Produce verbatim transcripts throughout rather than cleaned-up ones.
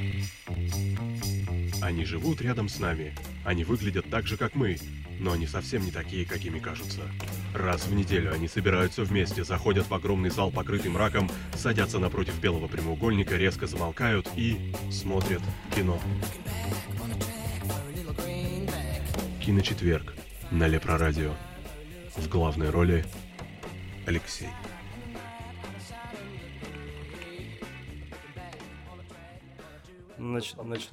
Они живут рядом с нами. Они выглядят так же, как мы, но они совсем не такие, какими кажутся. Раз в неделю они собираются вместе, заходят в огромный зал, покрытый мраком, садятся напротив белого прямоугольника, резко замолкают и смотрят кино. Киночетверг на Лепрорадио. В главной роли Алексей. Значит, значит,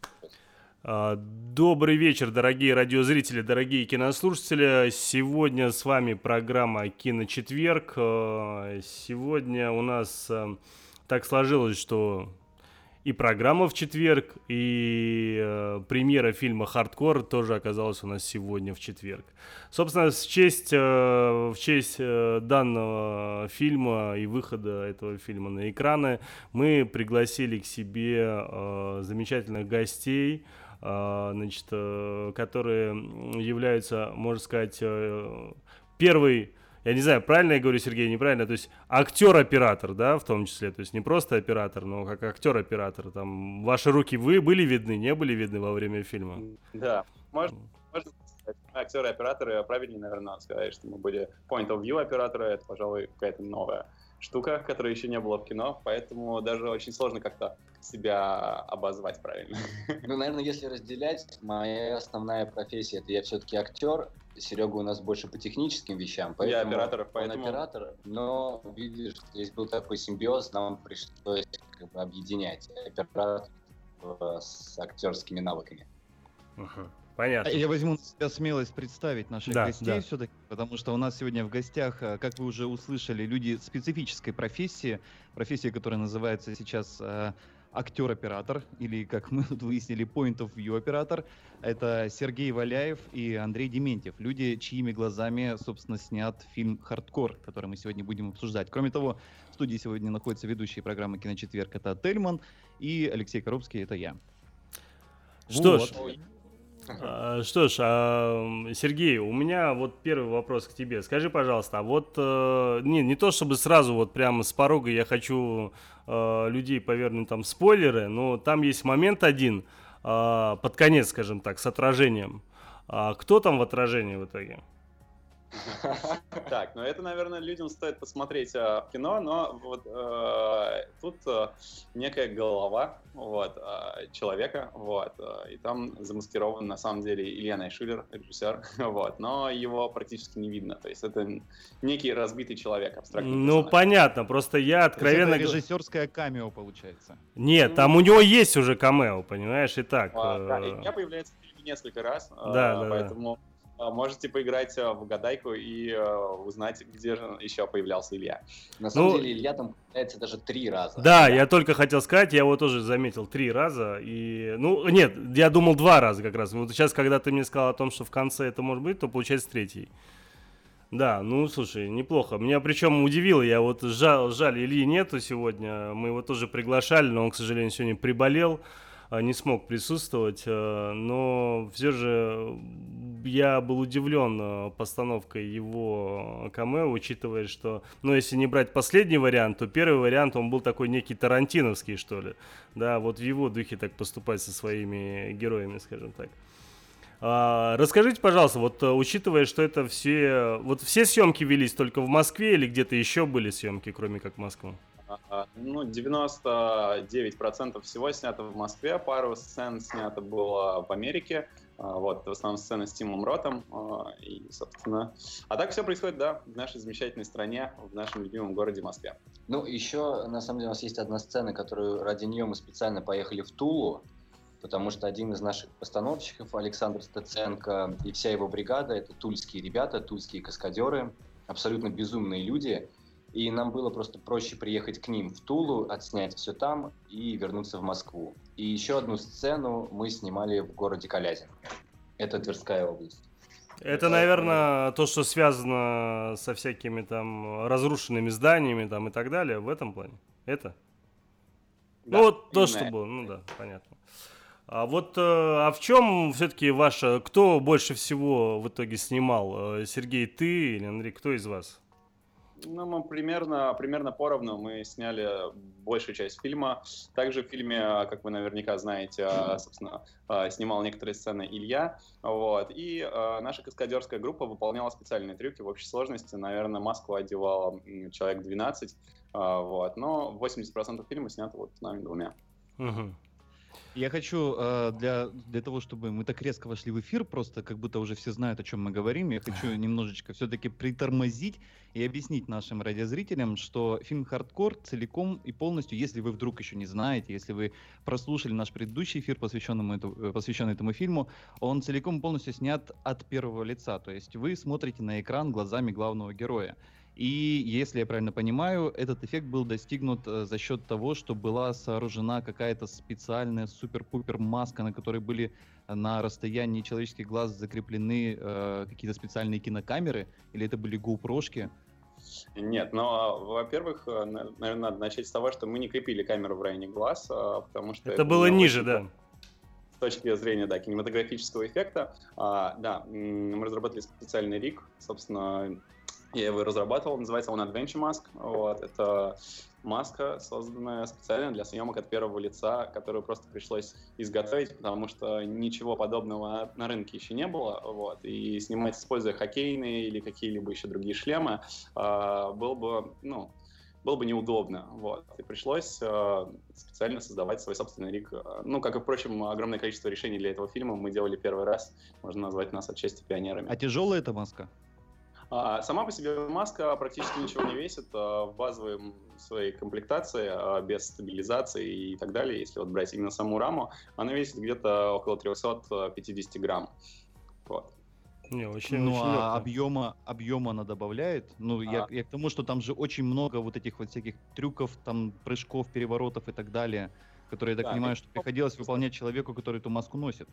добрый вечер, дорогие радиозрители, дорогие кинослушатели. Сегодня с вами программа «Киночетверг». Сегодня у нас так сложилось, что и программа в четверг, и э, премьера фильма «Хардкор» тоже оказалась у нас сегодня в четверг. Собственно, в честь, э, в честь э, данного фильма и выхода этого фильма на экраны мы пригласили к себе э, замечательных гостей, э, значит, э, которые являются, можно сказать, э, первой... Я не знаю, правильно я говорю, Сергей, неправильно, то есть актер-оператор, да, в том числе, то есть не просто оператор, но как актер-оператор, там, ваши руки вы были видны, не были видны во время фильма? Да, можно, можно сказать, актеры и операторы, правильнее, наверное, сказать, что мы были point of view операторы, это, пожалуй, какая-то новая штука, которая еще не было в кино, поэтому даже очень сложно как-то себя обозвать правильно. Ну, наверное, если разделять, моя основная профессия, это я все-таки актер, Серега у нас больше по техническим вещам, поэтому я оператор, поэтому... он оператор, но, видишь, здесь был такой симбиоз, нам пришлось как бы объединять оператор с актерскими навыками. Uh-huh. Понятно. Я возьму на себя смелость представить наших да, гостей да. все-таки, потому что у нас сегодня в гостях, как вы уже услышали, люди специфической профессии, профессия, которая называется сейчас э, актер-оператор, или, как мы тут выяснили, point of view оператор. Это Сергей Валяев и Андрей Дементьев, люди, чьими глазами, собственно, снят фильм «Хардкор», который мы сегодня будем обсуждать. Кроме того, в студии сегодня находятся ведущие программы «Киночетверг», это Тельман, и Алексей Коробский, это я. Что вот. ж... А, что ж, а, Сергей, у меня вот первый вопрос к тебе. Скажи, пожалуйста, а вот э, не, не то чтобы сразу вот прямо с порога я хочу э, людей повернуть там в спойлеры, но там есть момент один, э, под конец, скажем так, с отражением. А кто там в отражении в итоге? Так, ну это, наверное, людям стоит посмотреть э, кино, но вот э, тут э, некая голова вот, э, человека, вот, э, и там замаскирован на самом деле Илья Найшулер, режиссер, вот, но его практически не видно, то есть это некий разбитый человек, абстрактный Ну, персонаж. Понятно, просто я откровенно... Это режиссерское камео получается. Нет, ну, там у него есть уже камео, понимаешь, и так. А, э... Да, Илья появляется в фильме несколько раз, да, э, да, поэтому... Да. Можете поиграть в угадайку и э, узнать, где же еще появлялся Илья. На самом ну, деле Илья там появляется даже три раза. Да, я только хотел сказать, я его тоже заметил три раза. И, ну, нет, я думал два раза как раз. Вот сейчас, когда ты мне сказал о том, что в конце это может быть, то получается третий. Да, ну, слушай, неплохо. Меня причем удивило, я вот жаль, жаль, Ильи нету сегодня. Мы его тоже приглашали, но он, к сожалению, сегодня приболел. Не смог присутствовать, но все же я был удивлен постановкой его камео, учитывая, что, ну, если не брать последний вариант, то первый вариант, он был такой некий тарантиновский, что ли, да, вот в его духе так поступать со своими героями, скажем так. А, расскажите, пожалуйста, вот учитывая, что это все, вот все съемки велись только в Москве или где-то еще были съемки, кроме как Москвы? Ну, девяносто девять процентов всего снято в Москве, пару сцен снято было в Америке, вот, в основном сцены с Тимом Ротом, и, собственно, а так все происходит, да, в нашей замечательной стране, в нашем любимом городе Москве. Ну, еще, на самом деле, у нас есть одна сцена, которую ради нее мы специально поехали в Тулу, потому что один из наших постановщиков, Александр Стеценко, и вся его бригада, это тульские ребята, тульские каскадеры, абсолютно безумные люди. И нам было просто проще приехать к ним в Тулу, отснять все там и вернуться в Москву. И еще одну сцену мы снимали в городе Калязин. Это Тверская область. Это, наверное, то, что связано со всякими там разрушенными зданиями там и так далее, в этом плане? Это? Да, ну, вот то, что было, ну да, понятно. А вот, а в чем все-таки ваша, кто больше всего в итоге снимал? Сергей, ты или Андрей, кто из вас? Ну, мы примерно, примерно поровну. Мы сняли большую часть фильма. Также в фильме, как вы наверняка знаете, собственно, снимал некоторые сцены Илья. Вот. И наша каскадерская группа выполняла специальные трюки. В общей сложности, наверное, маску одевала человек двенадцать. Вот. Но восемьдесят процентов фильма снято вот нами двумя. Угу. Я хочу э, для, для того, чтобы мы так резко вошли в эфир, просто как будто уже все знают, о чем мы говорим, я хочу немножечко все-таки притормозить и объяснить нашим радиозрителям, что фильм «Хардкор» целиком и полностью, если вы вдруг еще не знаете, если вы прослушали наш предыдущий эфир, посвященный, эту, посвященный этому фильму, он целиком и полностью снят от первого лица, то есть вы смотрите на экран глазами главного героя. И, если я правильно понимаю, этот эффект был достигнут э, за счет того, что была сооружена какая-то специальная супер-пупер маска, на которой были на расстоянии человеческих глаз закреплены э, какие-то специальные кинокамеры, или это были GoPro-шки? Нет, но, во-первых, наверное, надо начать с того, что мы не крепили камеру в районе глаз, потому что... Это, это было ниже, да. С точки зрения, да, кинематографического эффекта. А, да, мы разработали специальный риг, собственно... Я его разрабатывал, называется он Adventure Mask. Вот. Это маска, созданная специально для съемок от первого лица, которую просто пришлось изготовить, потому что ничего подобного на рынке еще не было. Вот. И снимать, используя хоккейные или какие-либо еще другие шлемы, было бы, ну, было бы неудобно. Вот. И пришлось специально создавать свой собственный риг. Ну, как и, впрочем, огромное количество решений для этого фильма мы делали первый раз. Можно назвать нас отчасти пионерами. А тяжелая эта маска? А, сама по себе маска практически ничего не весит в базовой своей комплектации, без стабилизации и так далее. Если вот брать именно саму раму, она весит где-то около триста пятьдесят грамм. Вот. Не, очень, ну, очень а легко. объема, объема она добавляет? Ну, а. я, я к тому, что там же очень много вот этих вот всяких трюков, там, прыжков, переворотов и так далее, которые, я так да, понимаю, что приходилось выполнять человеку, который эту маску носит.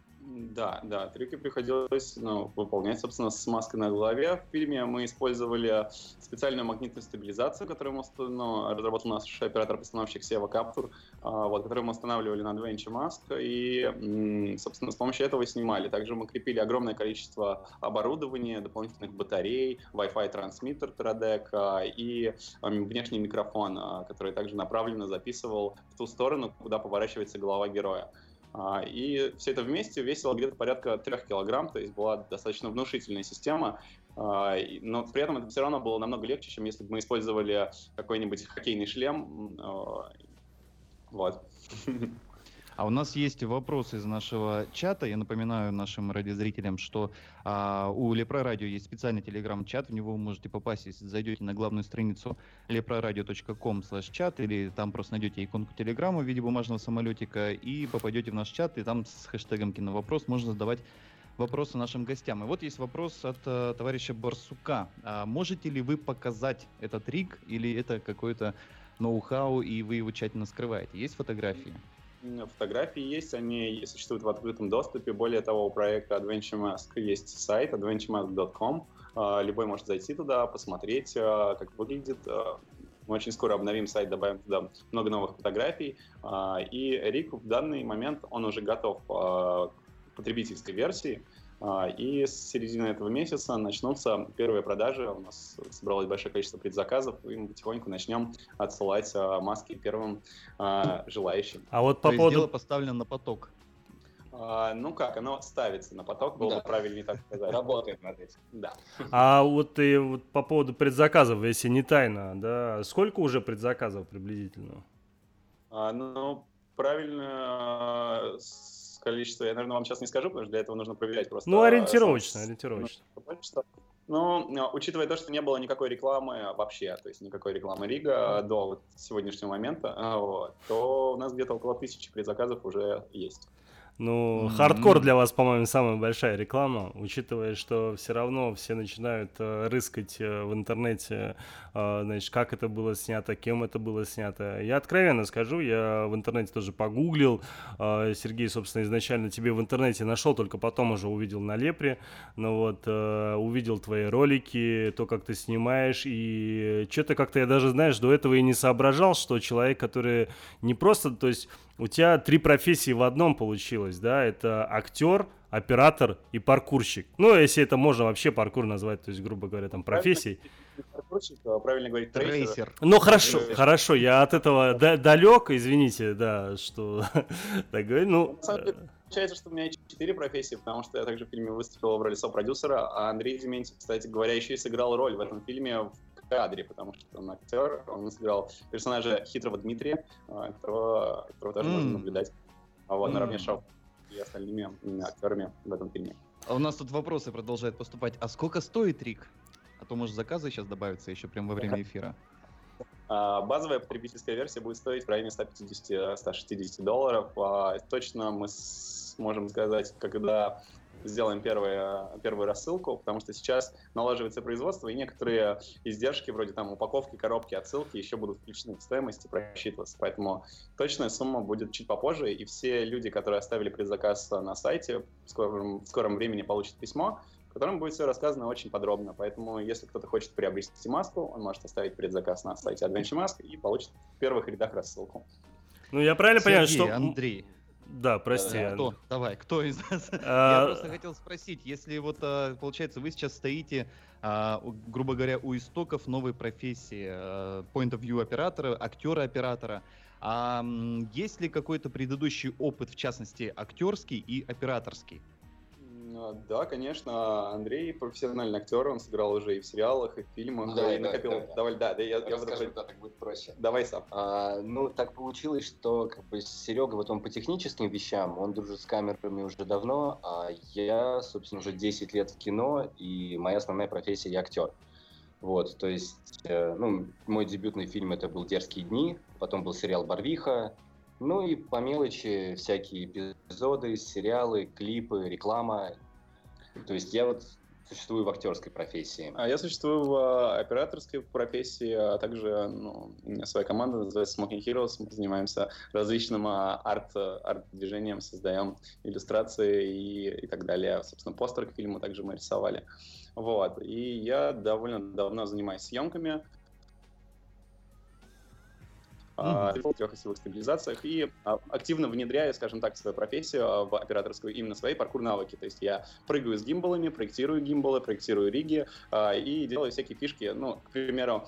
Да, да, трюки приходилось ну, выполнять, собственно, с маской на голове. В фильме мы использовали специальную магнитную стабилизацию, которую мы, ну, разработал наш оператор-постановщик Сева Каптур, вот, которую мы устанавливали на Adventure Mask и, собственно, с помощью этого снимали. Также мы крепили огромное количество оборудования, дополнительных батарей, Wi-Fi трансмиттер Teradek и внешний микрофон, который также направленно записывал в ту сторону, куда поворачивается голова героя. И все это вместе весило где-то порядка трех килограмм, то есть была достаточно внушительная система, но при этом это все равно было намного легче, чем если бы мы использовали какой-нибудь хоккейный шлем. Вот. А у нас есть вопрос из нашего чата. Я напоминаю нашим радиозрителям, что а, у Лепрорадио есть специальный телеграм-чат. В него вы можете попасть, если зайдете на главную страницу лепрорадио точка ком слэш чат, или там просто найдете иконку телеграмма в виде бумажного самолетика и попадете в наш чат, и там с хэштегом «Киновопрос» можно задавать вопросы нашим гостям. И вот есть вопрос от э, товарища Барсука. А можете ли вы показать этот риг, или это какой-то ноу-хау, и вы его тщательно скрываете? Есть фотографии? Фотографии есть, они существуют в открытом доступе. Более того, у проекта Adventure Mask есть сайт adventure mask точка ком. Любой может зайти туда, посмотреть, как выглядит. Мы очень скоро обновим сайт, добавим туда много новых фотографий. И риг в данный момент, он уже готов к потребительской версии. И с середины этого месяца начнутся первые продажи. У нас собралось большое количество предзаказов, и мы потихоньку начнем отсылать маски первым желающим. А вот по То поводу... есть дело поставлено на поток. А, ну как, оно ставится на поток, было да. бы правильнее так сказать. Работает над этим. Да. А вот, и, вот по поводу предзаказов, если не тайна, да, сколько уже предзаказов приблизительно? А, ну, правильно... количество, я, наверное, вам сейчас не скажу, потому что для этого нужно проверять просто... Ну, ориентировочно, ориентировочно. Ну, учитывая то, что не было никакой рекламы вообще, то есть никакой рекламы Рига до вот сегодняшнего момента, вот, то у нас где-то около тысячи предзаказов уже есть. Ну, mm-hmm. хардкор для вас, по-моему, самая большая реклама, учитывая, что все равно все начинают э, рыскать э, в интернете, э, значит, как это было снято, кем это было снято. Я откровенно скажу, я в интернете тоже погуглил, э, Сергей, собственно, изначально тебе в интернете нашел, только потом уже увидел на Лепре, ну вот, э, увидел твои ролики, то, как ты снимаешь, и что-то как-то я даже, знаешь, до этого и не соображал, что человек, который не просто, то есть... У тебя три профессии в одном получилось, да, это актер, оператор и паркурщик. Ну, если это можно вообще паркур назвать, то есть, грубо говоря, там профессией. Паркурщик, правильно говорить, трейсер. Трейсер. Ну, хорошо, хорошо, я от этого да- далек, извините, да, что так говорю, ну... На самом деле, получается, что у меня четыре профессии, потому что я также в фильме выступил в роли сопродюсера, а Андрей Дементьев, кстати говоря, еще и сыграл роль в этом фильме в кадре, потому что он актер, он сыграл персонажа хитрого Дмитрия, которого, которого тоже mm. можно наблюдать а вот, mm. наравне с Шауфом и остальными актерами в этом фильме. А у нас тут вопросы продолжают поступать. А сколько стоит Рик? А то, может, заказы сейчас добавятся еще прямо во время эфира. А, базовая потребительская версия будет стоить в районе сто пятьдесят - сто шестьдесят долларов. А, точно мы сможем сказать, когда сделаем первую, первую рассылку, потому что сейчас налаживается производство, и некоторые издержки, вроде там упаковки, коробки, отсылки, еще будут включены в стоимость и просчитываться. Поэтому точная сумма будет чуть попозже, и все люди, которые оставили предзаказ на сайте, в скором, в скором времени получат письмо, в котором будет все рассказано очень подробно. Поэтому, если кто-то хочет приобрести маску, он может оставить предзаказ на сайте Adventure Mask и получит в первых рядах рассылку. Ну, я правильно Сергей, понимаю, что... Андрей. Да, прости. Да, кто? Давай, кто из нас? А... Я просто хотел спросить, если вот, получается, вы сейчас стоите, грубо говоря, у истоков новой профессии, point of view оператора, актера-оператора, а есть ли какой-то предыдущий опыт, в частности, актерский и операторский? Да, конечно, Андрей профессиональный актер, он сыграл уже и в сериалах, и в фильмах, да, и да, накопил... Да, да. Давай, да, да, я, я Расскажу, да, так будет проще. Давай сам. А, ну, так получилось, что как бы Серега, вот он по техническим вещам, он дружит с камерами уже давно, а я, собственно, уже десять лет в кино, и моя основная профессия — я актер. Вот, то есть, э, ну, мой дебютный фильм — это был «Дерзкие дни», потом был сериал «Барвиха», ну и по мелочи всякие эпизоды, сериалы, клипы, реклама. То есть я вот существую в актерской профессии. А я существую в операторской профессии, а также ну, у меня своя команда называется Smoking Heroes. Мы занимаемся различным арт, арт-движением, создаем иллюстрации и, и так далее. Собственно, постер к фильму также мы рисовали. Вот. И я довольно давно занимаюсь съемками. Mm-hmm. в трех осевых стабилизациях и активно внедряю, скажем так, свою профессию в операторскую, именно свои паркур-навыки. То есть я прыгаю с гимбалами, проектирую гимбалы, проектирую риги и делаю всякие фишки. Ну, к примеру,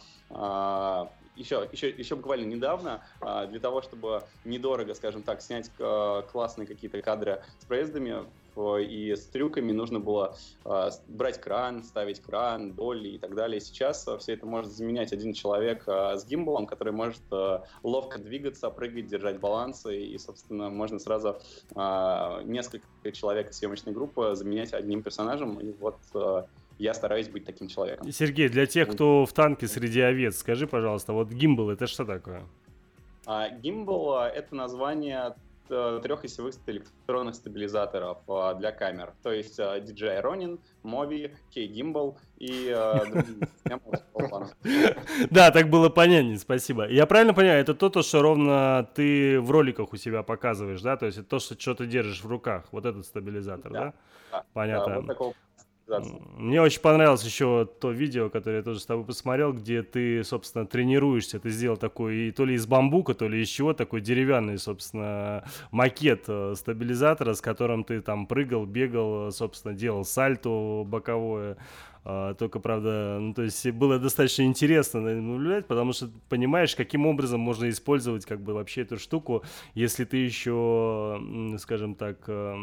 еще, еще, еще буквально недавно для того, чтобы недорого, скажем так, снять классные какие-то кадры с проездами и с трюками, нужно было э, брать кран, ставить кран, доли и так далее. Сейчас э, все это может заменять один человек э, с гимбалом, который может э, ловко двигаться, прыгать, держать баланс, и, и собственно, можно сразу э, несколько человек из съемочной группы заменять одним персонажем, и вот э, я стараюсь быть таким человеком. Сергей, для тех, кто в танке среди овец, скажи, пожалуйста, вот гимбал — это что такое? А, гимбал — это название трехосевых электронных стабилизаторов а, для камер. То есть а, ди джей ай Ronin, Movi, K-Gimbal и а, другие. Да, так было понятнее, спасибо. Я правильно понимаю, это то, что ровно ты в роликах у себя показываешь, да? То есть это то, что ты держишь в руках, вот этот стабилизатор, да? Понятно. Мне очень понравилось еще то видео, которое я тоже с тобой посмотрел, где ты, собственно, тренируешься. Ты сделал такой, то ли из бамбука, то ли из чего, такой деревянный, собственно, макет стабилизатора, с которым ты там прыгал, бегал, собственно, делал сальто боковое. Uh, только, правда, ну, то есть было достаточно интересно наблюдать, потому что понимаешь, каким образом можно использовать как бы вообще эту штуку, если ты еще, скажем так,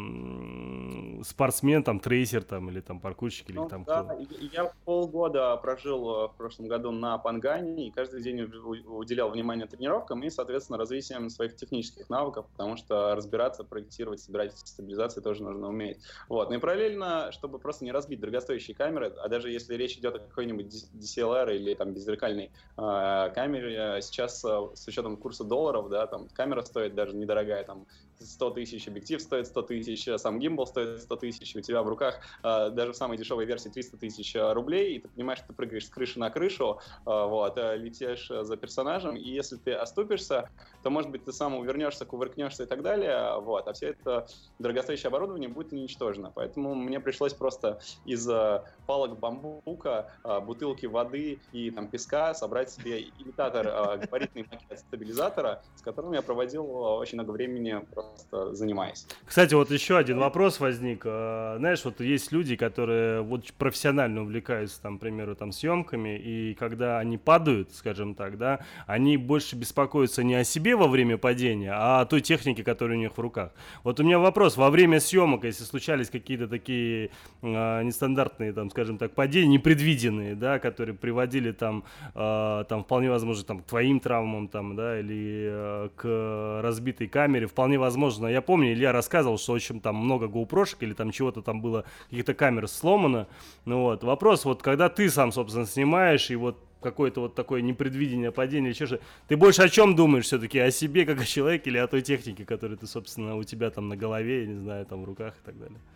спортсмен, там, трейсер, там, или там паркурщик, или ну, там да, кто. Я полгода прожил в прошлом году на Пангане и каждый день уделял внимание тренировкам и, соответственно, развитием своих технических навыков, потому что разбираться, проектировать, собирать стабилизации тоже нужно уметь. Вот. Ну и параллельно, чтобы просто не разбить дорогостоящие камеры, а даже если речь идет о какой-нибудь ди эс эл ар или там беззеркальной э, камере, сейчас э, с учетом курса долларов, да, там камера стоит даже недорогая, там сто тысяч, объектив стоит сто тысяч, сам гимбал стоит сто тысяч, у тебя в руках э, даже в самой дешевой версии триста тысяч рублей, и ты понимаешь, что ты прыгаешь с крыши на крышу, э, вот, э, летишь за персонажем, и если ты оступишься, то, может быть, ты сам увернешься, кувыркнешься и так далее, вот, а все это дорогостоящее оборудование будет уничтожено, поэтому мне пришлось просто из э, палок бамбука, бутылки воды и там песка, собрать себе имитатор габаритный макет стабилизатора, с которым я проводил очень много времени, просто занимаясь. Кстати, вот еще один вопрос возник. Знаешь, вот есть люди, которые вот профессионально увлекаются, там, к примеру, там, съемками, и когда они падают, скажем так, да, они больше беспокоятся не о себе во время падения, а о той технике, которая у них в руках. Вот у меня вопрос. Во время съемок, если случались какие-то такие э, нестандартные, там, скажем так, падения, непредвиденные, да, которые приводили там, э, там вполне возможно, там, к твоим травмам, там, да, или э, к разбитой камере, вполне возможно. Я помню, Илья рассказывал, что очень там много GoPro-шек или там чего-то там было, каких-то камер сломано. Ну вот, вопрос, вот когда ты сам, собственно, снимаешь, и вот какое-то вот такое непредвиденное падение, или что-то, ты больше о чем думаешь все-таки? О себе, как о человеке, или о той технике, которая ты, собственно, у тебя там на голове, я не знаю, там в руках и так далее?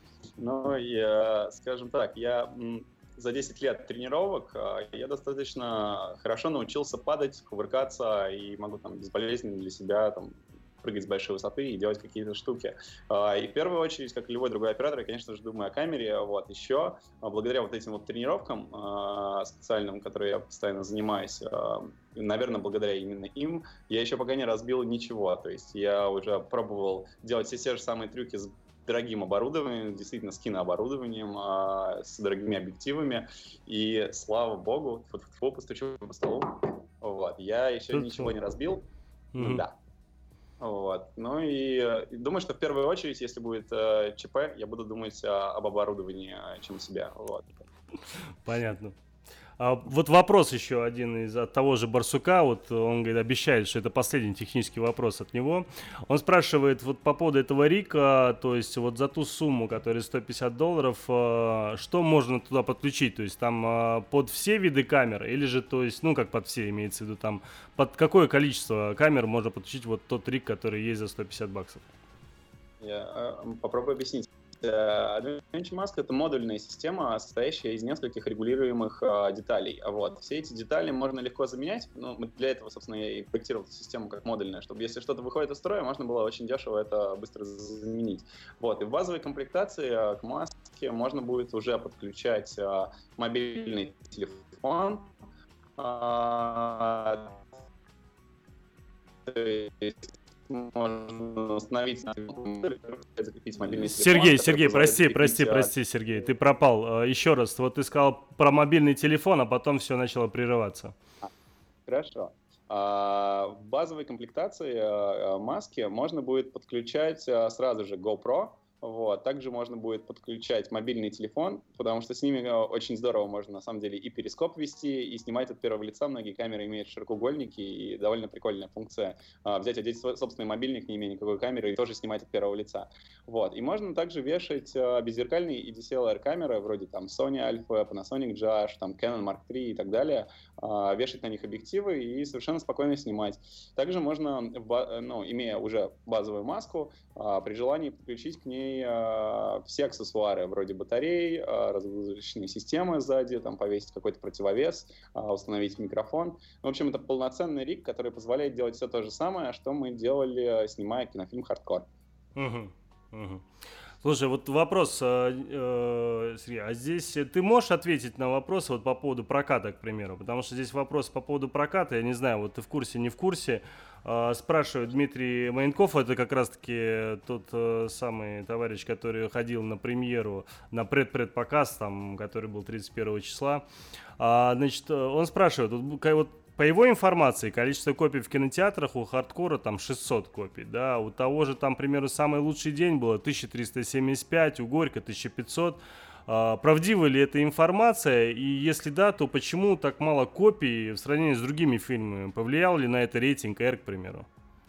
Ну, я, скажем так, я за десять лет тренировок я достаточно хорошо научился падать, кувыркаться, и могу там безболезненно для себя там прыгать с большой высоты и делать какие-то штуки. И в первую очередь, как и любой другой оператор, я, конечно же, думаю о камере. Вот. Еще, благодаря вот этим вот тренировкам специальным, которые я постоянно занимаюсь, наверное, благодаря именно им, я еще пока не разбил ничего. То есть я уже пробовал делать все те же самые трюки с дорогим оборудованием, действительно с кинооборудованием, с дорогими объективами. И, слава богу, фу-фу-фу, постучу по столу. Вот. Я еще Тут ничего не разбил. Mm-hmm. Да. Вот. Ну и, и думаю, что в первую очередь, если будет э, ЧП, я буду думать о, об оборудовании, чем о себе. Вот. Понятно. А вот вопрос еще один из от того же Барсука, вот он говорит, обещает, что это последний технический вопрос от него. Он спрашивает вот по поводу этого рика, то есть вот за ту сумму, которая сто пятьдесят долларов, что можно туда подключить? То есть там под все виды камер или же, то есть, ну как под все имеется в виду, там под какое количество камер можно подключить вот тот рик, который есть за сто пятьдесят баксов? Я э, попробую объяснить. Adventure Mask — это модульная система, состоящая из нескольких регулируемых э, деталей. Вот. Все эти детали можно легко заменять. Ну, для этого, собственно, я и проектировал систему как модульная, чтобы если что-то выходит из строя, можно было очень дешево это быстро заменить. Вот. И в базовой комплектации э, к маске можно будет уже подключать э, мобильный телефон. Э, то есть можно установить, закрепить мобильный телефон. Сергей, Сергей, прости, прости, прости, Сергей, ты пропал. Еще раз, вот ты сказал про мобильный телефон, а потом все начало прерываться. Хорошо. В базовой комплектации маски можно будет подключать сразу же GoPro. Вот. Также можно будет подключать мобильный телефон, потому что с ними очень здорово можно, на самом деле, и перископ вести, и снимать от первого лица. Многие камеры имеют широкоугольники, и довольно прикольная функция а, взять, одеть свой собственный мобильник, не имея никакой камеры, и тоже снимать от первого лица. Вот. И можно также вешать а, беззеркальные и ди эс эл ар-камеры, вроде там Sony Alpha, Panasonic джи эйч, там Canon Mark три и так далее, а, вешать на них объективы и совершенно спокойно снимать. Также можно, ну, имея уже базовую маску, а, при желании подключить к ней все аксессуары, вроде батарей, разгрузочные системы сзади, там повесить какой-то противовес, установить микрофон. В общем, это полноценный риг, который позволяет делать все то же самое, что мы делали, снимая кинофильм «Хардкор». Угу, угу. Слушай, вот вопрос, э, Сергей, а здесь ты можешь ответить на вопрос вот по поводу проката, к примеру? Потому что здесь вопрос по поводу проката, я не знаю, вот ты в курсе, не в курсе. Э, спрашивает Дмитрий Маенков, это как раз-таки тот э, самый товарищ, который ходил на премьеру, на пред-предпоказ, там, который был тридцать первого числа. А, значит, он спрашивает, вот, вот по его информации, количество копий в кинотеатрах у «Хардкора» там шестьсот копий, да, у того же там, к примеру, самый лучший день было тысяча триста семьдесят пять, у «Горько» тысяча пятьсот. А, правдива ли эта информация, и если да, то почему так мало копий в сравнении с другими фильмами? Повлиял ли на это рейтинг «Р», к примеру?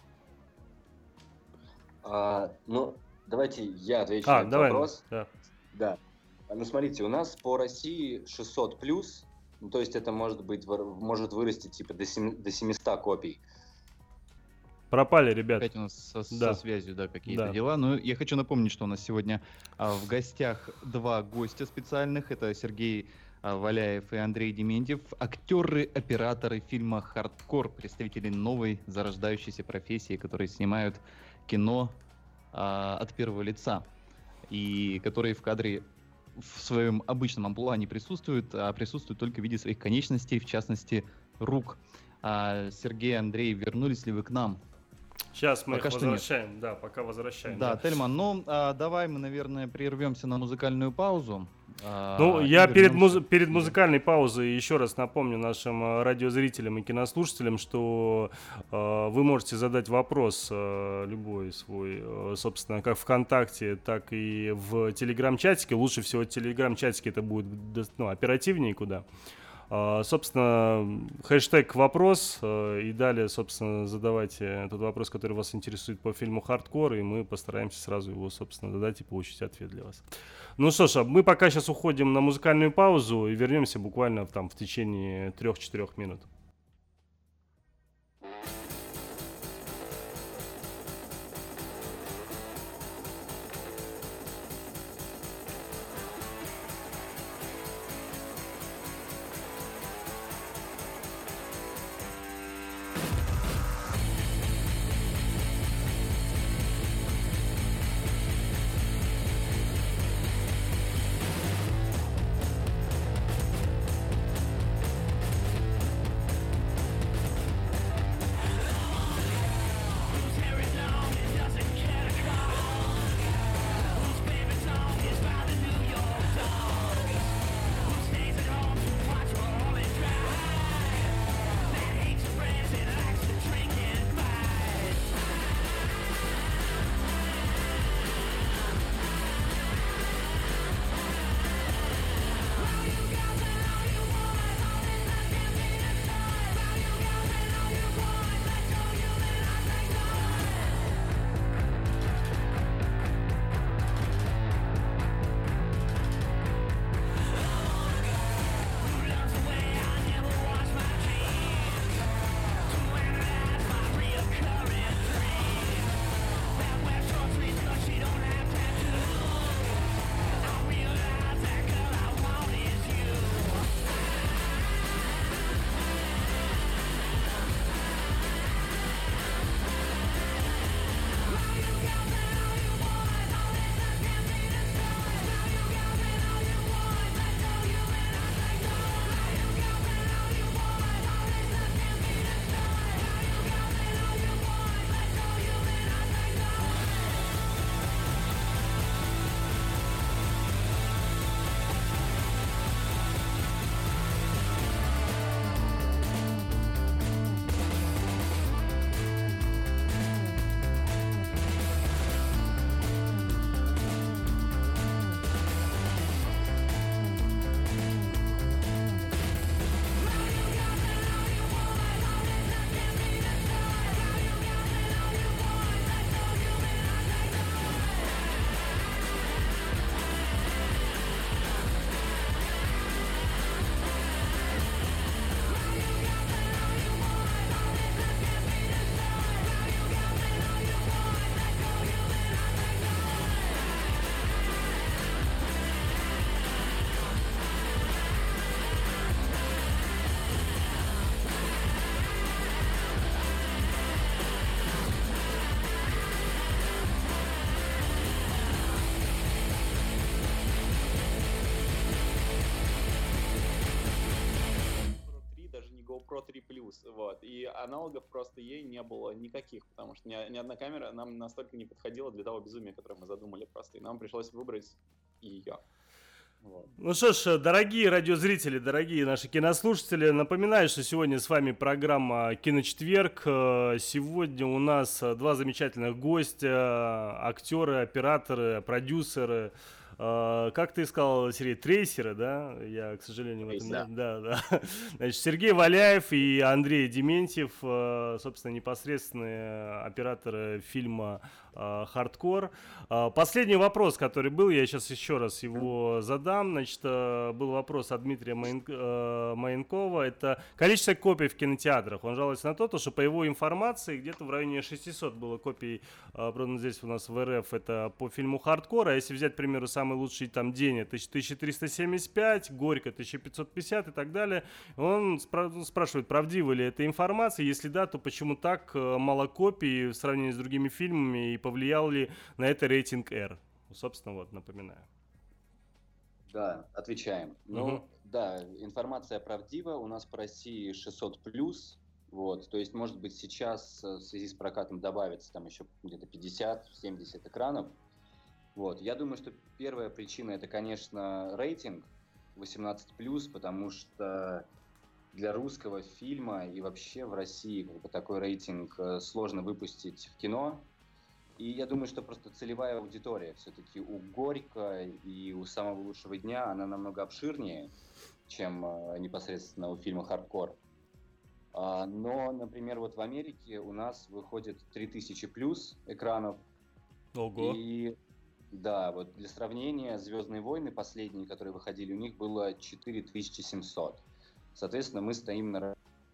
А, ну, давайте я отвечу а, на этот давай, вопрос. Да. Да. Ну, смотрите, у нас по России шестьсот плюс. Ну, то есть это может быть, может вырасти типа до семисот копий. Пропали, ребят. Опять у нас со, да. со связью, да, какие-то да. дела. Но я хочу напомнить, что у нас сегодня а, в гостях два гостя специальных. Это Сергей а, Валяев и Андрей Дементьев. Актеры-операторы фильма «Хардкор», представители новой зарождающейся профессии, которые снимают кино а, от первого лица. И которые в кадре в своем обычном амплуа не присутствует, а присутствует только в виде своих конечностей, в частности, рук. А Сергей, Андрей, вернулись ли вы к нам? Сейчас мы пока их возвращаем, нет. да, пока возвращаем. Да, да. Тельман, ну а, давай мы, наверное, прервемся на музыкальную паузу. Ну, а, я перед, вернемся... муз... перед музыкальной паузой еще раз напомню нашим радиозрителям и кинослушателям, что э, вы можете задать вопрос э, любой свой, э, собственно, как ВКонтакте, так и в Телеграм-чатике. Лучше всего в Телеграм-чатике это будет ну, оперативнее куда. Uh, собственно, хэштег «вопрос», uh, и далее, собственно, задавайте тот вопрос, который вас интересует по фильму «Хардкор», и мы постараемся сразу его, собственно, задать и получить ответ для вас. Ну что ж, мы пока сейчас уходим на музыкальную паузу и вернемся буквально там, в течение трех-четырех минут. GoPro три плюс, вот, и аналогов просто ей не было никаких, потому что ни, ни одна камера нам настолько не подходила для того безумия, которое мы задумали просто, и нам пришлось выбрать ее. Вот. Ну что ж, дорогие радиозрители, дорогие наши кинослушатели, напоминаю, что сегодня с вами программа «Киночетверг». Сегодня у нас два замечательных гостя, актеры, операторы, продюсеры. Uh, как ты сказал, Сергей, трейсеры, да? Я, к сожалению, в этом... Да. Да, да. Значит, Сергей Валяев и Андрей Дементьев, uh, собственно, непосредственные операторы фильма uh, «Хардкор». Uh, последний вопрос, который был, я сейчас еще раз его задам. Значит, uh, был вопрос от Дмитрия Маен... uh, Маенкова. Это количество копий в кинотеатрах. Он жалуется на то, что по его информации где-то в районе шестисот было копий uh, продано здесь у нас в РФ. Это по фильму «Хардкор». А если взять, к примеру, самый Самый лучший там день это тысяча триста семьдесят пять, Горько тысяча пятьсот пятьдесят и так далее. Он спра- спрашивает, правдива ли эта информация, если да, то почему так мало копий в сравнении с другими фильмами и повлиял ли на это рейтинг R? Собственно, вот, напоминаю. Да, отвечаем. Ну, Мгм. да, информация правдива. У нас по России шестьсот плюс. Вот, то есть, может быть, сейчас э, в связи с прокатом добавится там еще где-то пятьдесят-семьдесят экранов. Вот, я думаю, что первая причина это, конечно, рейтинг восемнадцать плюс, потому что для русского фильма и вообще в России как бы такой рейтинг э, сложно выпустить в кино. И я думаю, что просто целевая аудитория все-таки у Горько и у Самого лучшего дня, она намного обширнее, чем э, непосредственно у фильма «Хардкор». А, но, например, вот в Америке у нас выходит три тысячи плюс экранов. Ого. И да, вот для сравнения, «Звездные войны» последние, которые выходили, у них было четыре тысячи семьсот. Соответственно, мы стоим на...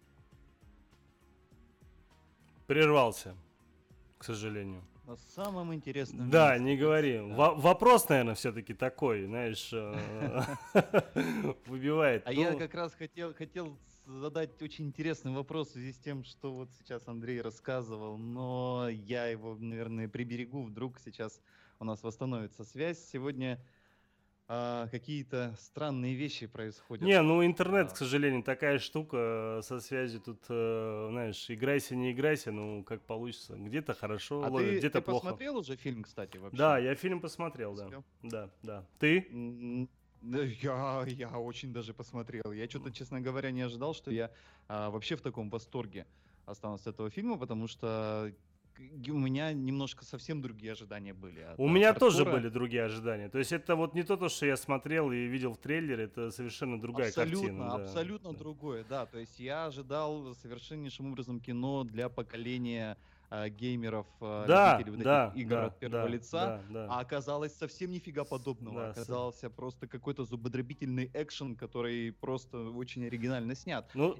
Прервался, к сожалению. На самом интересном Да, месте. не говори. Да. Во- вопрос, наверное, все-таки такой, знаешь, э, выбивает. А Ну, я как раз хотел, хотел задать очень интересный вопрос в связи с тем, что вот сейчас Андрей рассказывал, но я его, наверное, приберегу, вдруг сейчас у нас восстановится связь. Сегодня а, какие-то странные вещи происходят. Не, ну интернет, А. к сожалению, такая штука, э, со связью тут, э, знаешь, играйся, не играйся, ну как получится. Где-то хорошо А ловит, ты, где-то ты плохо. посмотрел уже фильм, кстати, вообще? Да, я фильм посмотрел, да. Успел? Да, да. Ты? М, да, Я, я очень даже посмотрел. Я что-то, честно говоря, не ожидал, что я а, вообще в таком восторге останусь от этого фильма, потому что к- у меня немножко совсем другие ожидания были. от, У а, меня тоже «Хардкора». были другие ожидания. То есть это вот не то, то, что я смотрел и видел в трейлере, это совершенно другая Абсолютно, картина. да. абсолютно Да. другое, да. То есть я ожидал совершеннейшим образом кино для поколения а, геймеров, а, Да, любителей вот да, этих игр да, от первого да, лица. да, да. А оказалось совсем нифига подобного. Да, с- Оказался просто какой-то зубодробительный экшен, который просто очень оригинально снят. Ну,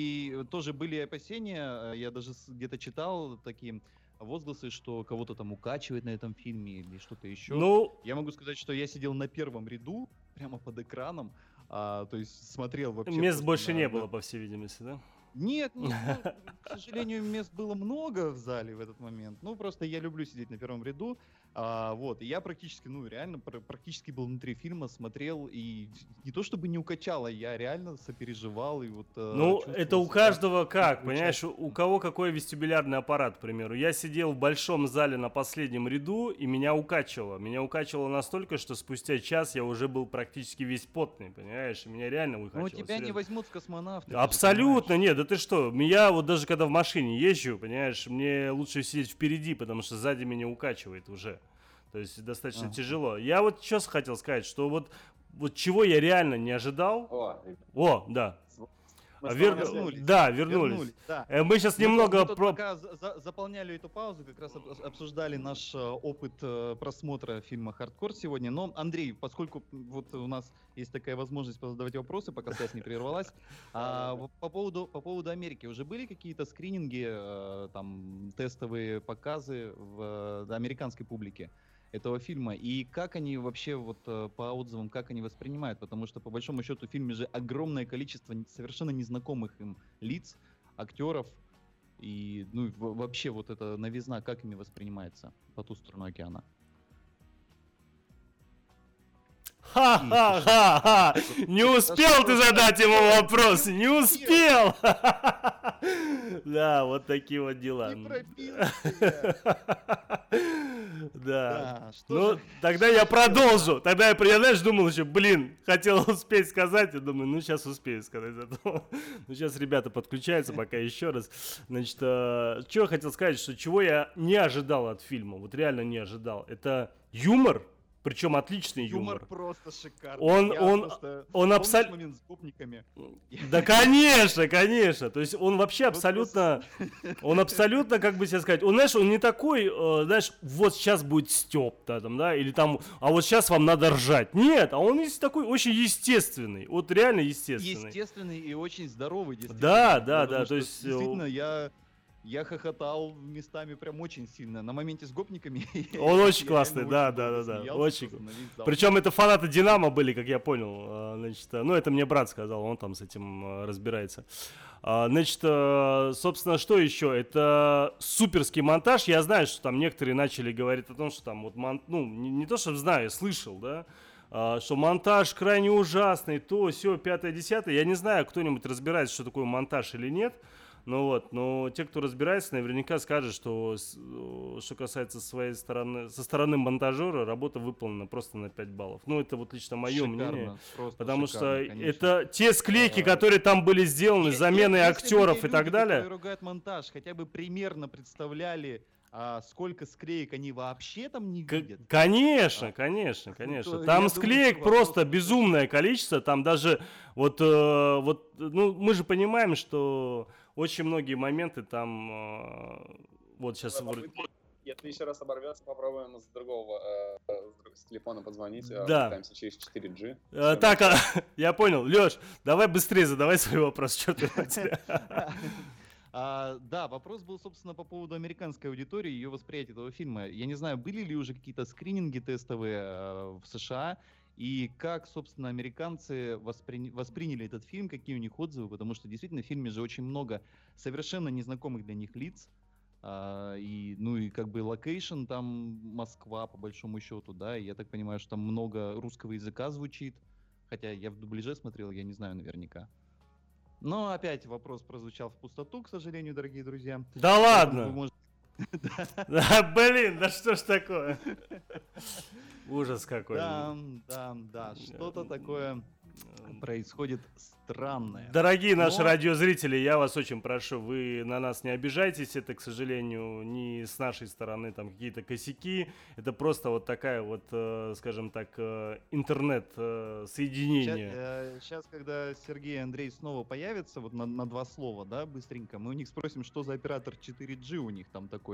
И тоже были опасения, э, я даже с- где-то читал такие возгласы, что кого-то там укачивает на этом фильме или что-то еще. ну, Я могу сказать, что я сидел на первом ряду, прямо под экраном, а, то есть смотрел вообще... мест просто больше на- не на- было, по всей видимости, да? Нет, нет, ну, к сожалению, мест было много в зале в этот момент. Ну, просто я люблю сидеть на первом ряду. А, вот, и я практически, ну, реально, пр- практически был внутри фильма, смотрел, и не то чтобы не укачало, я реально сопереживал, и вот... э, Ну, чувствовал это у себя каждого как, участником. понимаешь, у у кого какой вестибулярный аппарат, к примеру. Я сидел в большом зале на последнем ряду, и меня укачивало. Меня укачивало настолько, что спустя час я уже был практически весь потный, понимаешь, и меня реально Ну, выкачивало. тебя не серьезно. возьмут в космонавты. ты же Абсолютно понимаешь. нет, да ты что, я вот даже когда в машине езжу, понимаешь, мне лучше сидеть впереди, потому что сзади меня укачивает уже. То есть достаточно Ага. тяжело. Я вот что хотел сказать, что вот, вот чего я реально не ожидал. О, О, да. Мы А с вер- вами вернулись. Да, вернулись. Вернулись, да. Э, Мы сейчас Мы тут- немного мы тут про... пока за- за- заполняли эту паузу, как раз об- обсуждали наш э, опыт э, просмотра фильма «Хардкор» сегодня. Но, Андрей, поскольку вот у нас есть такая возможность позадавать вопросы, пока связь не прервалась, а, в- по поводу по поводу Америки уже были какие-то скрининги, э, там тестовые показы в э, американской публике этого фильма, и как они вообще вот э, по отзывам, как они воспринимают, потому что по большому счету в фильме же огромное количество не- совершенно незнакомых им лиц, актеров, и ну и в- вообще вот эта новизна, как ими воспринимается по ту сторону океана. Ха-ха-ха-ха! Не успел ты задать ему вопрос, не успел! Да, вот такие вот дела. Не пробился я. Да. Да, что Ну, же- тогда что я же продолжу. Тогда я, я, знаешь, думал еще, блин, хотел успеть сказать. Я думаю, ну, сейчас успею сказать. Зато. Ну, сейчас ребята подключаются пока еще раз. Значит, что я хотел сказать, что чего я не ожидал от фильма, вот реально не ожидал. Это юмор, причем отличный юмор. Юмор просто шикарный. Он- Я он- просто- он помнишь абсол- момент с гопниками? Да, конечно, конечно. То есть он вообще Вот абсолютно, он абсолютно, как бы себе сказать, он, знаешь, он не такой, э, знаешь, вот сейчас будет стёб, да, там, да, или там, а вот сейчас вам надо ржать. Нет, а он есть такой очень естественный, вот реально естественный. Естественный и очень здоровый, действительно. Да, да, Потому да, что то есть, э, Действительно, я... Я хохотал местами прям очень сильно. На моменте с гопниками. Он я очень реально классный, да, очень да, много да, да, смеялся очень. просто на весь зал. Причем это фанаты Динамо были, как я понял. А, Значит, э, ну это мне брат сказал, он там с этим э, разбирается. А, Значит, э, собственно, что еще? Это суперский монтаж. Я знаю, что там некоторые начали говорить о том, что там вот мон- ну не, не то, что знаю, слышал, да. что монтаж крайне ужасный, то, все, пятое, десятое. Я не знаю, кто-нибудь разбирается, что такое монтаж или нет. Ну вот, но те, кто разбирается, наверняка скажут, что что касается своей стороны, со стороны монтажера, работа выполнена просто на пять баллов. Ну, это вот лично мое Шикарно, мнение. шикарно, Потому что конечно. это те склейки, которые там были сделаны, замены Если актеров бы те и так люди, далее. которые ругают монтаж, хотя бы примерно представляли, а, сколько склеек они вообще там не К- видят. Конечно, А. конечно, конечно. то, Там я склеек думаю, что просто вопрос- безумное количество. Там даже вот, э, вот, ну, мы же понимаем, что очень многие моменты там, э, вот сейчас вроде- Если еще раз оборвется, попробуем с другого, э, с друг- с телефона позвонить. э, Да. Пытаемся через четыре джи. Э, Так, а, я понял. Леш, давай быстрее задавай свой вопрос. Чё ты хотел? А, да, вопрос был, собственно, по поводу американской аудитории и ее восприятия этого фильма. Я не знаю, были ли уже какие-то скрининги тестовые э, в США, и как, собственно, американцы воспри- восприняли этот фильм, какие у них отзывы, потому что действительно в фильме же очень много совершенно незнакомых для них лиц, а, и, ну и как бы локейшн там Москва, по большому счету, да, и я так понимаю, что там много русского языка звучит, хотя я в дубляже смотрел, я не знаю наверняка. Но опять вопрос прозвучал в пустоту, к сожалению, дорогие друзья. Да Поэтому вы ладно. можете- Да, блин, да что ж такое? Ужас какой. Да, да, да, что-то такое происходит странное. Дорогие наши Но- радиозрители, я вас очень прошу, вы на нас не обижайтесь, это, к сожалению, не с нашей стороны там какие-то косяки, это просто вот такая вот, э, скажем так, э, интернет-соединение. Сейчас, когда Сергей и Андрей снова появятся, вот на, на два слова, да, быстренько, мы у них спросим, что за оператор четыре джи у них там такой.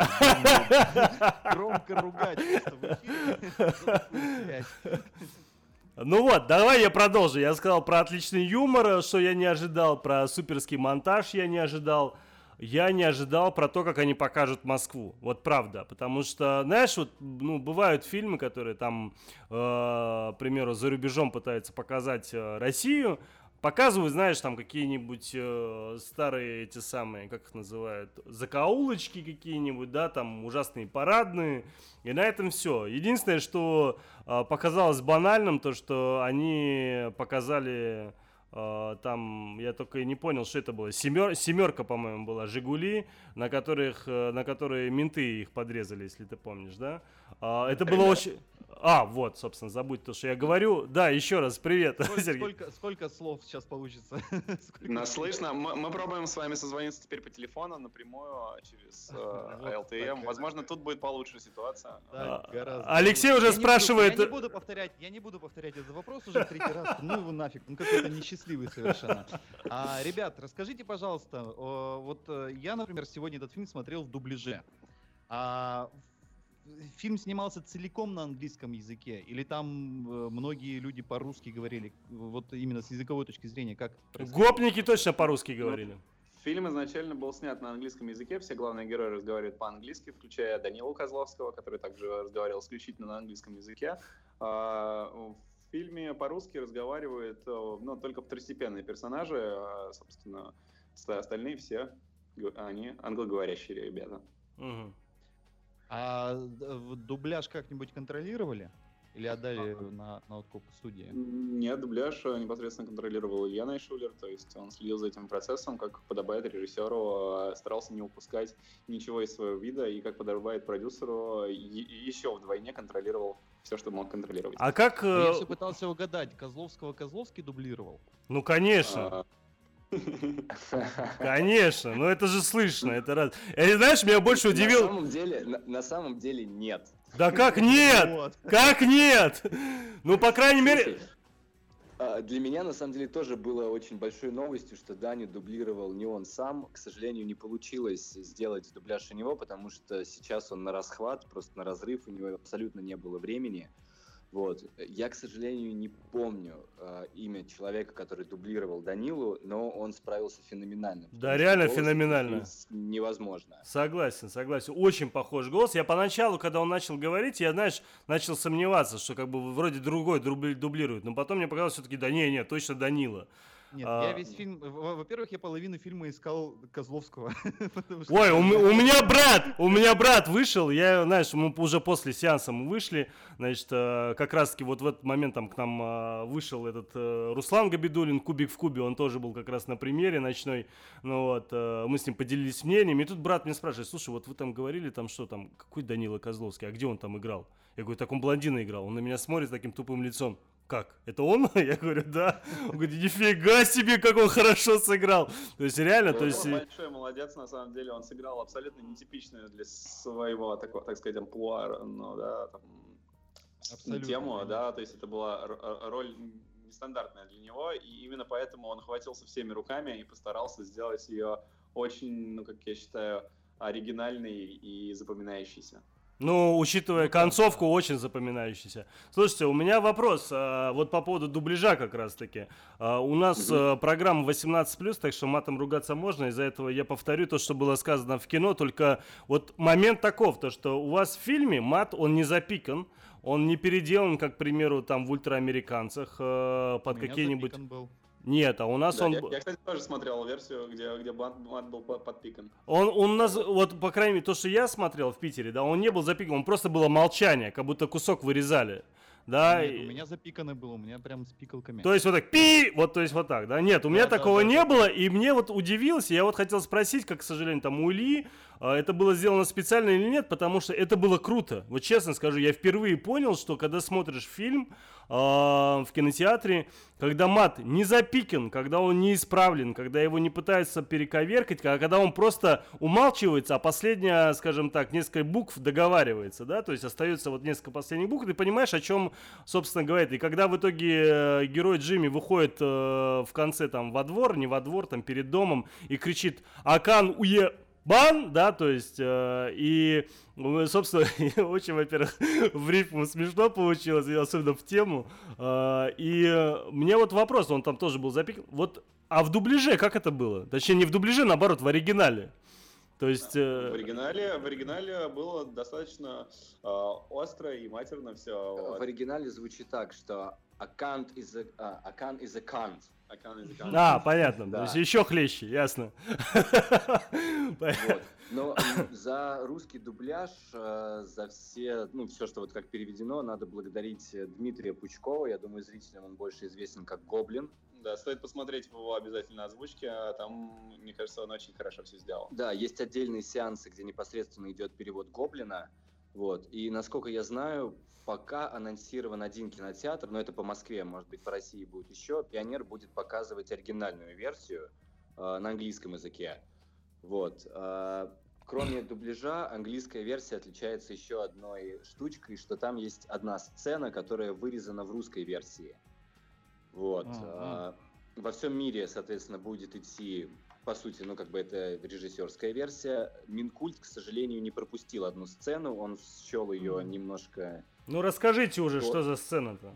Громко ругать просто в эфире. Что такое связь? Ну вот, давай я продолжу. Я сказал про отличный юмор, что я не ожидал, про суперский монтаж я не ожидал. Я не ожидал про то, как они покажут Москву. Вот правда. Потому что, знаешь, вот, ну, бывают фильмы, которые там, э, к примеру, за рубежом пытаются показать э, Россию. Показывают, знаешь, там какие-нибудь э, старые эти самые, как их называют, закоулочки какие-нибудь, да, там ужасные парадные. И на этом все. Единственное, что э, показалось банальным, то, что они показали... Uh, там, я только и не понял, что это было. Семер, семерка, по-моему, была, Жигули, на которых, на которые менты их подрезали, если ты помнишь, да? Uh, это было очень... А, вот, собственно, забудь то, что я говорю. Да, еще раз, привет, Сколько, Сергей. сколько, сколько слов сейчас получится? Сколько Нас слов? слышно. Мы, мы пробуем с вами созвониться теперь по телефону напрямую через э, Вот эл ти эм. такая. Возможно, тут будет получше ситуация. Да, А, гораздо. Алексей уже Я не буду- спрашивает- Я не буду повторять, я не буду повторять этот вопрос уже в третий раз. Ну его нафиг, он какой-то несчастливый совершенно. А, ребят, расскажите, пожалуйста, о, вот э, я, например, сегодня этот фильм смотрел в дубляже. А, в- фильм снимался целиком на английском языке, или там э, многие люди по-русски говорили, вот именно с языковой точки зрения, как происходило? Гопники точно по-русски говорили. Фильм изначально был снят на английском языке, все главные герои разговаривают по-английски, включая Данилу Козловского, который также разговаривал исключительно на английском языке. А, В фильме по-русски разговаривают, э, ну, только второстепенные персонажи, а, собственно, с- остальные все, г- они англоговорящие ребята. Мгм. А д- в- дубляж как-нибудь контролировали? Или отдали на, на откуп студии? Нет, дубляж э, непосредственно контролировал Илья Найшулер, то есть он следил за этим процессом, как подобает режиссеру, э, старался не упускать ничего из своего вида, и как подобает продюсеру, е- еще вдвойне контролировал все, что мог контролировать. А как... Ну, э, Я все пытался угадать, Козловского Козловский дублировал. Ну, конечно. А, Конечно, ну это же слышно, это раз. И знаешь, меня больше На удивил... самом деле, на, на самом деле нет. Да как нет? Вот. Как нет? Ну, по крайней мере... Слушай, а, для меня на самом деле тоже было очень большой новостью, что Даню дублировал не он сам. К сожалению, не получилось сделать дубляж у него, потому что сейчас он на расхват, просто на разрыв, у него абсолютно не было времени. Вот. Я, к сожалению, не помню э, имя человека, который дублировал Данилу, но он справился феноменально. Да, потому что реально голос феноменально. повторить невозможно. Согласен, согласен. Очень похож голос. Я поначалу, когда он начал говорить, я, знаешь, начал сомневаться, что как бы вроде другой дубли- дублирует. Но потом мне показалось все-таки, да не, не, точно Данила. Нет, А, я весь фильм... во- Во-первых, я половину фильма искал Козловского. потому что- Ой, у, м- у меня брат, у меня брат вышел, я, знаешь, мы уже после сеанса мы вышли, значит, э, как раз-таки вот в этот момент там к нам э, вышел этот э, Руслан Габидуллин, Кубик в кубе, он тоже был как раз на премьере ночной, ну вот, э, мы с ним поделились мнениями, и тут брат мне спрашивает: слушай, вот вы там говорили, там что там, какой Данила Козловский, а где он там играл? Я говорю: так он блондина играл, он на меня смотрит таким тупым лицом. Как? Это он? Я говорю: да. Он говорит: нифига себе, как он хорошо сыграл. То есть реально, то есть... Он большой молодец, на самом деле, он сыграл абсолютно нетипичную для своего, такого, так сказать, амплуа, ну, да, там, Абсолютно, тему, конечно. да, то есть это была р- р- роль нестандартная для него, и именно поэтому он хватился всеми руками и постарался сделать ее очень, ну, как я считаю, оригинальной и запоминающейся. Ну, учитывая концовку, очень запоминающийся. Слушайте, у меня вопрос, а, вот по поводу дубляжа как раз-таки. А, у нас а, программа восемнадцать плюс, так что матом ругаться можно, из-за этого я повторю то, что было сказано в кино, только вот момент таков, то, что у вас в фильме мат, он не запикан, он не переделан, как, к примеру, там в «Ультраамериканцах», а, под У меня какие-нибудь... запикан был. Нет, а у нас Да, он... я, б- я, кстати, тоже смотрел версию, где, где мат, мат был по- подпикан. Он, он нас, вот, по крайней мере, то, что я смотрел в Питере, да, он не был запикан, он просто было молчание, как будто кусок вырезали, да. Нет, и- у меня запикано было, у меня прям с пикалками. То есть вот так, пи, вот, то есть вот так, да? Нет, у меня Да, да, такого да, не да. было, и мне вот удивился, я вот хотел спросить, как, к сожалению, там у Ильи, а, это было сделано специально или нет, потому что это было круто. Вот честно скажу, я впервые понял, что когда смотришь фильм а, в кинотеатре, когда мат не запикан, когда он не исправлен, когда его не пытаются перековеркать, а когда он просто умалчивается, а последняя, скажем так, несколько букв договаривается, да, то есть остается вот несколько последних букв, ты понимаешь, о чем, собственно, говорит. И когда в итоге э, герой Джимми выходит э, в конце там во двор, не во двор, там перед домом и кричит: «Акан уе...» Бан, да, то есть, э, и, ну, собственно, очень, во-первых, в рифму смешно получилось, и особенно в тему, э, и э, мне вот вопрос, он там тоже был записан, вот, а в дубляже как это было? Точнее, не в дубляже, наоборот, в оригинале. То есть... э, В оригинале, в оригинале было достаточно э, остро и матерно все. В оригинале звучит так, что a cunt is a, а, a cunt is a cunt. А, понятно, Да. то есть еще хлеще, ясно. Вот. Но м, за русский дубляж, э, за все, ну, все, что вот как переведено, надо благодарить э, Дмитрия Пучкова. Я думаю, зрителям он больше известен как Гоблин. Да, стоит посмотреть в его обязательно озвучке, а там, мне кажется, он очень хорошо все сделал. Да, есть отдельные сеансы, где непосредственно идет перевод Гоблина. Вот. И, насколько я знаю, пока анонсирован один кинотеатр, но это по Москве, может быть, по России будет еще, «Пионер» будет показывать оригинальную версию э, на английском языке. Вот. Э, кроме дубляжа, английская версия отличается еще одной штучкой, что там есть одна сцена, которая вырезана в русской версии. Вот. А, Э, во всем мире, соответственно, будет идти, по сути, ну, как бы это режиссерская версия. Минкульт, к сожалению, не пропустил одну сцену, он счел ее немножко... Ну, расскажите уже, Вот. что за сцена-то.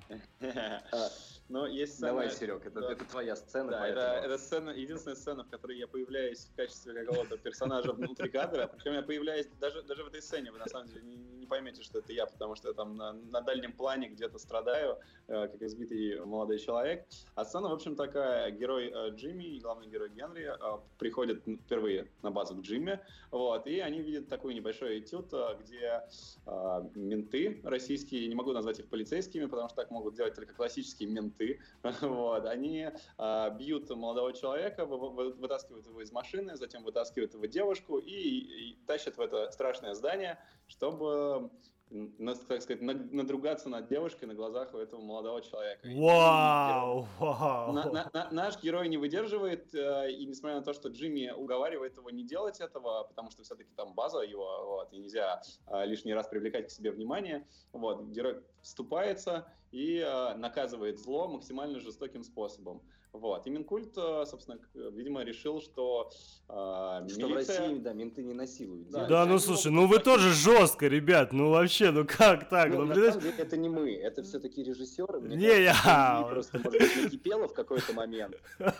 А, Но есть сцена... Давай, Серег, это, Да. это твоя сцена, Да, поэтому... это, это сцена, единственная сцена, в которой я появляюсь в качестве какого-то персонажа внутри кадра. Причем я появляюсь даже, даже в этой сцене, вы на самом деле не, не поймете, что это я, потому что я там на, на дальнем плане где-то страдаю, э, как избитый молодой человек. А сцена, в общем, такая. Герой э, Джимми и главный герой Генри э, приходят впервые на базу к Джимми, вот, и они видят такой небольшой этюд, э, где э, менты российские, не могу назвать их полицейскими, потому что так могут делать только классические менты. Вот, они а, бьют молодого человека, вы- вы- вытаскивают его из машины, затем вытаскивают его девушку и, и тащат в это страшное здание, чтобы, м, на- так сказать, над- надругаться над девушкой на глазах у этого молодого человека. И Вау, вау. на- на- на- наш герой не выдерживает, э, и несмотря на то, что Джимми уговаривает его не делать этого, потому что все-таки там база его, вот, и нельзя э, лишний раз привлекать к себе внимание, вот, герой вступается и э, наказывает зло максимально жестоким способом. Вот. И Минкульт, э, собственно, к- видимо, решил, что э, Что в милиция... России, да, менты не насилуют. Да, Да, они ну могут слушай, ну вы тоже жестко, ребят, ну вообще, ну как так? Ну, Ну, на блин, самом деле, это не мы, это все-таки режиссеры. Мне Не, кажется, я- что Ильи просто, может быть, накипело в какой-то момент.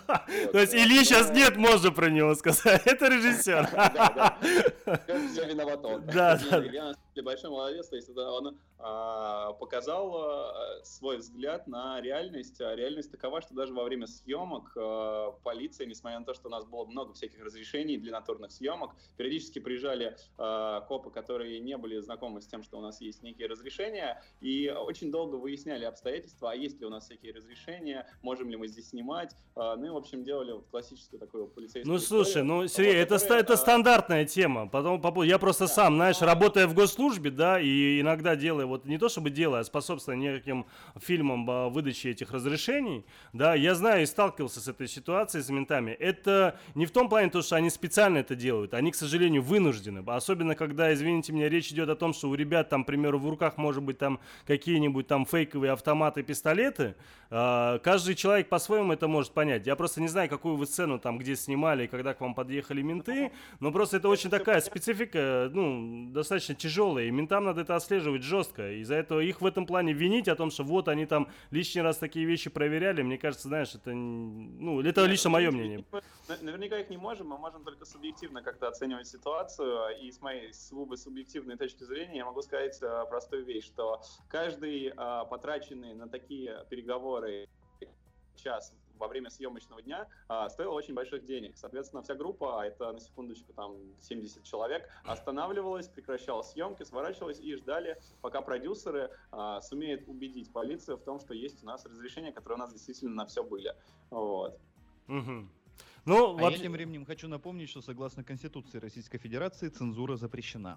То есть Ильи сейчас нет, можно про него сказать. Это режиссер. Да, да. Все виноват он. Да, да. Я большой молодец, то есть это он а, показал а, свой взгляд на реальность. А реальность такова, что даже во время съемок а, полиция, несмотря на то, что у нас было много всяких разрешений для натурных съемок, периодически приезжали а, копы, которые не были знакомы с тем, что у нас есть некие разрешения, и очень долго выясняли обстоятельства, а есть ли у нас всякие разрешения, можем ли мы здесь снимать. А, ну и, в общем, делали вот классическую такую полицейскую Ну, слушай, историю, ну, Сергей, вот, это, которая, это а, стандартная тема. Потом, по- я просто да, сам, знаешь, но- работая в госслужбе, да, и иногда делая, вот не то чтобы делая, а способствуя неким фильмам по выдаче этих разрешений, да, я знаю и сталкивался с этой ситуацией, с ментами. Это не в том плане, то, что они специально это делают, они, к сожалению, вынуждены. Особенно, когда, извините меня, речь идет о том, что у ребят, там, к примеру, в руках, может быть, там, какие-нибудь там фейковые автоматы, пистолеты. А, каждый человек по-своему это может понять. Я просто не знаю, какую вы сцену там, где снимали, когда к вам подъехали менты, но просто это очень такая специфика, ну, достаточно тяжелая, и ментам надо это отслеживать жестко. Из-за этого их в этом плане винить о том, что вот они там лишний раз такие вещи проверяли, мне кажется, знаешь, это, ну, это лично мое мнение. Наверняка их не можем, мы можем только субъективно как-то оценивать ситуацию, и с моей сугубо субъективной точки зрения я могу сказать а, простую вещь, что каждый а, потраченный на такие переговоры час во время съемочного дня а, стоило очень больших денег. Соответственно, вся группа, а это на секундочку там семьдесят человек, останавливалась, прекращала съемки, сворачивалась и ждали, пока продюсеры а, сумеют убедить полицию в том, что есть у нас разрешения, которые у нас действительно на все были. Вот. Угу. Ну, А вообще... я тем временем хочу напомнить, что согласно Конституции Российской Федерации цензура запрещена.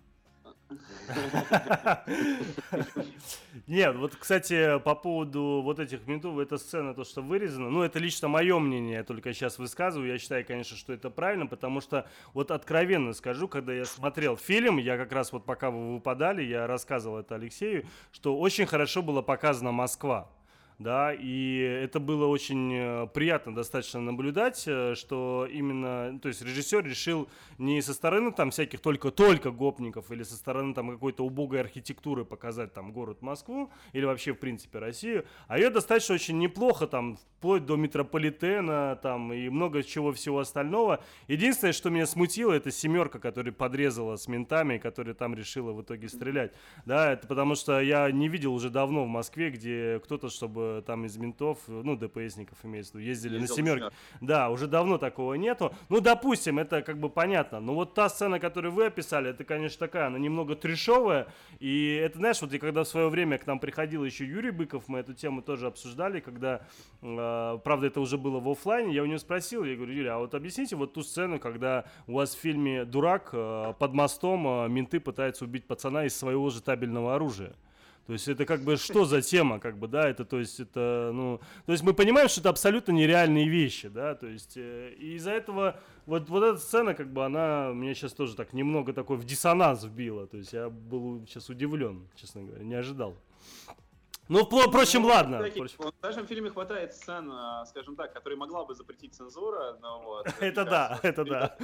Нет, вот, кстати, по поводу вот этих ментов, эта сцена, то, что вырезано, ну, это лично мое мнение, я только сейчас высказываю, я считаю, конечно, что это правильно, потому что, вот откровенно скажу, когда я смотрел фильм, я как раз вот пока вы выпадали, я рассказывал это Алексею, что очень хорошо была показана Москва. Да, и это было очень приятно достаточно наблюдать, что именно, то есть режиссер решил не со стороны там всяких только-только гопников или со стороны там какой-то убогой архитектуры показать там город Москву или вообще в принципе Россию, а ее достаточно очень неплохо там вплоть до метрополитена там и много чего всего остального. Единственное, что меня смутило, это семерка, которая подрезала с ментами, которая там решила в итоге стрелять. Да, это потому что я не видел уже давно в Москве, где кто-то, чтобы там из ментов, ну, ДПСников имеется в виду, ездили Ездил на семерке. Да, уже давно такого нету. Ну, допустим, это как бы понятно. Но вот та сцена, которую вы описали, это, конечно, такая, она немного трешовая. И это, знаешь, вот и когда в свое время к нам приходил еще Юрий Быков, мы эту тему тоже обсуждали, когда, э, правда, это уже было в офлайне, я у него спросил, я говорю, Юрий, а вот объясните вот ту сцену, когда у вас в фильме «Дурак» э, под мостом э, менты пытаются убить пацана из своего же табельного оружия. То есть это как бы что за тема, как бы, да, это, то есть это, ну, то есть мы понимаем, что это абсолютно нереальные вещи, да, то есть э, и из-за этого вот, вот эта сцена, как бы, она меня сейчас тоже так немного такой в диссонанс вбила, то есть я был сейчас удивлен, честно говоря, не ожидал. Ну, впрочем, ну, ладно. Такие, в нашем фильме хватает сцен, скажем так, которые могла бы запретить цензура, но вот... Это да, это да.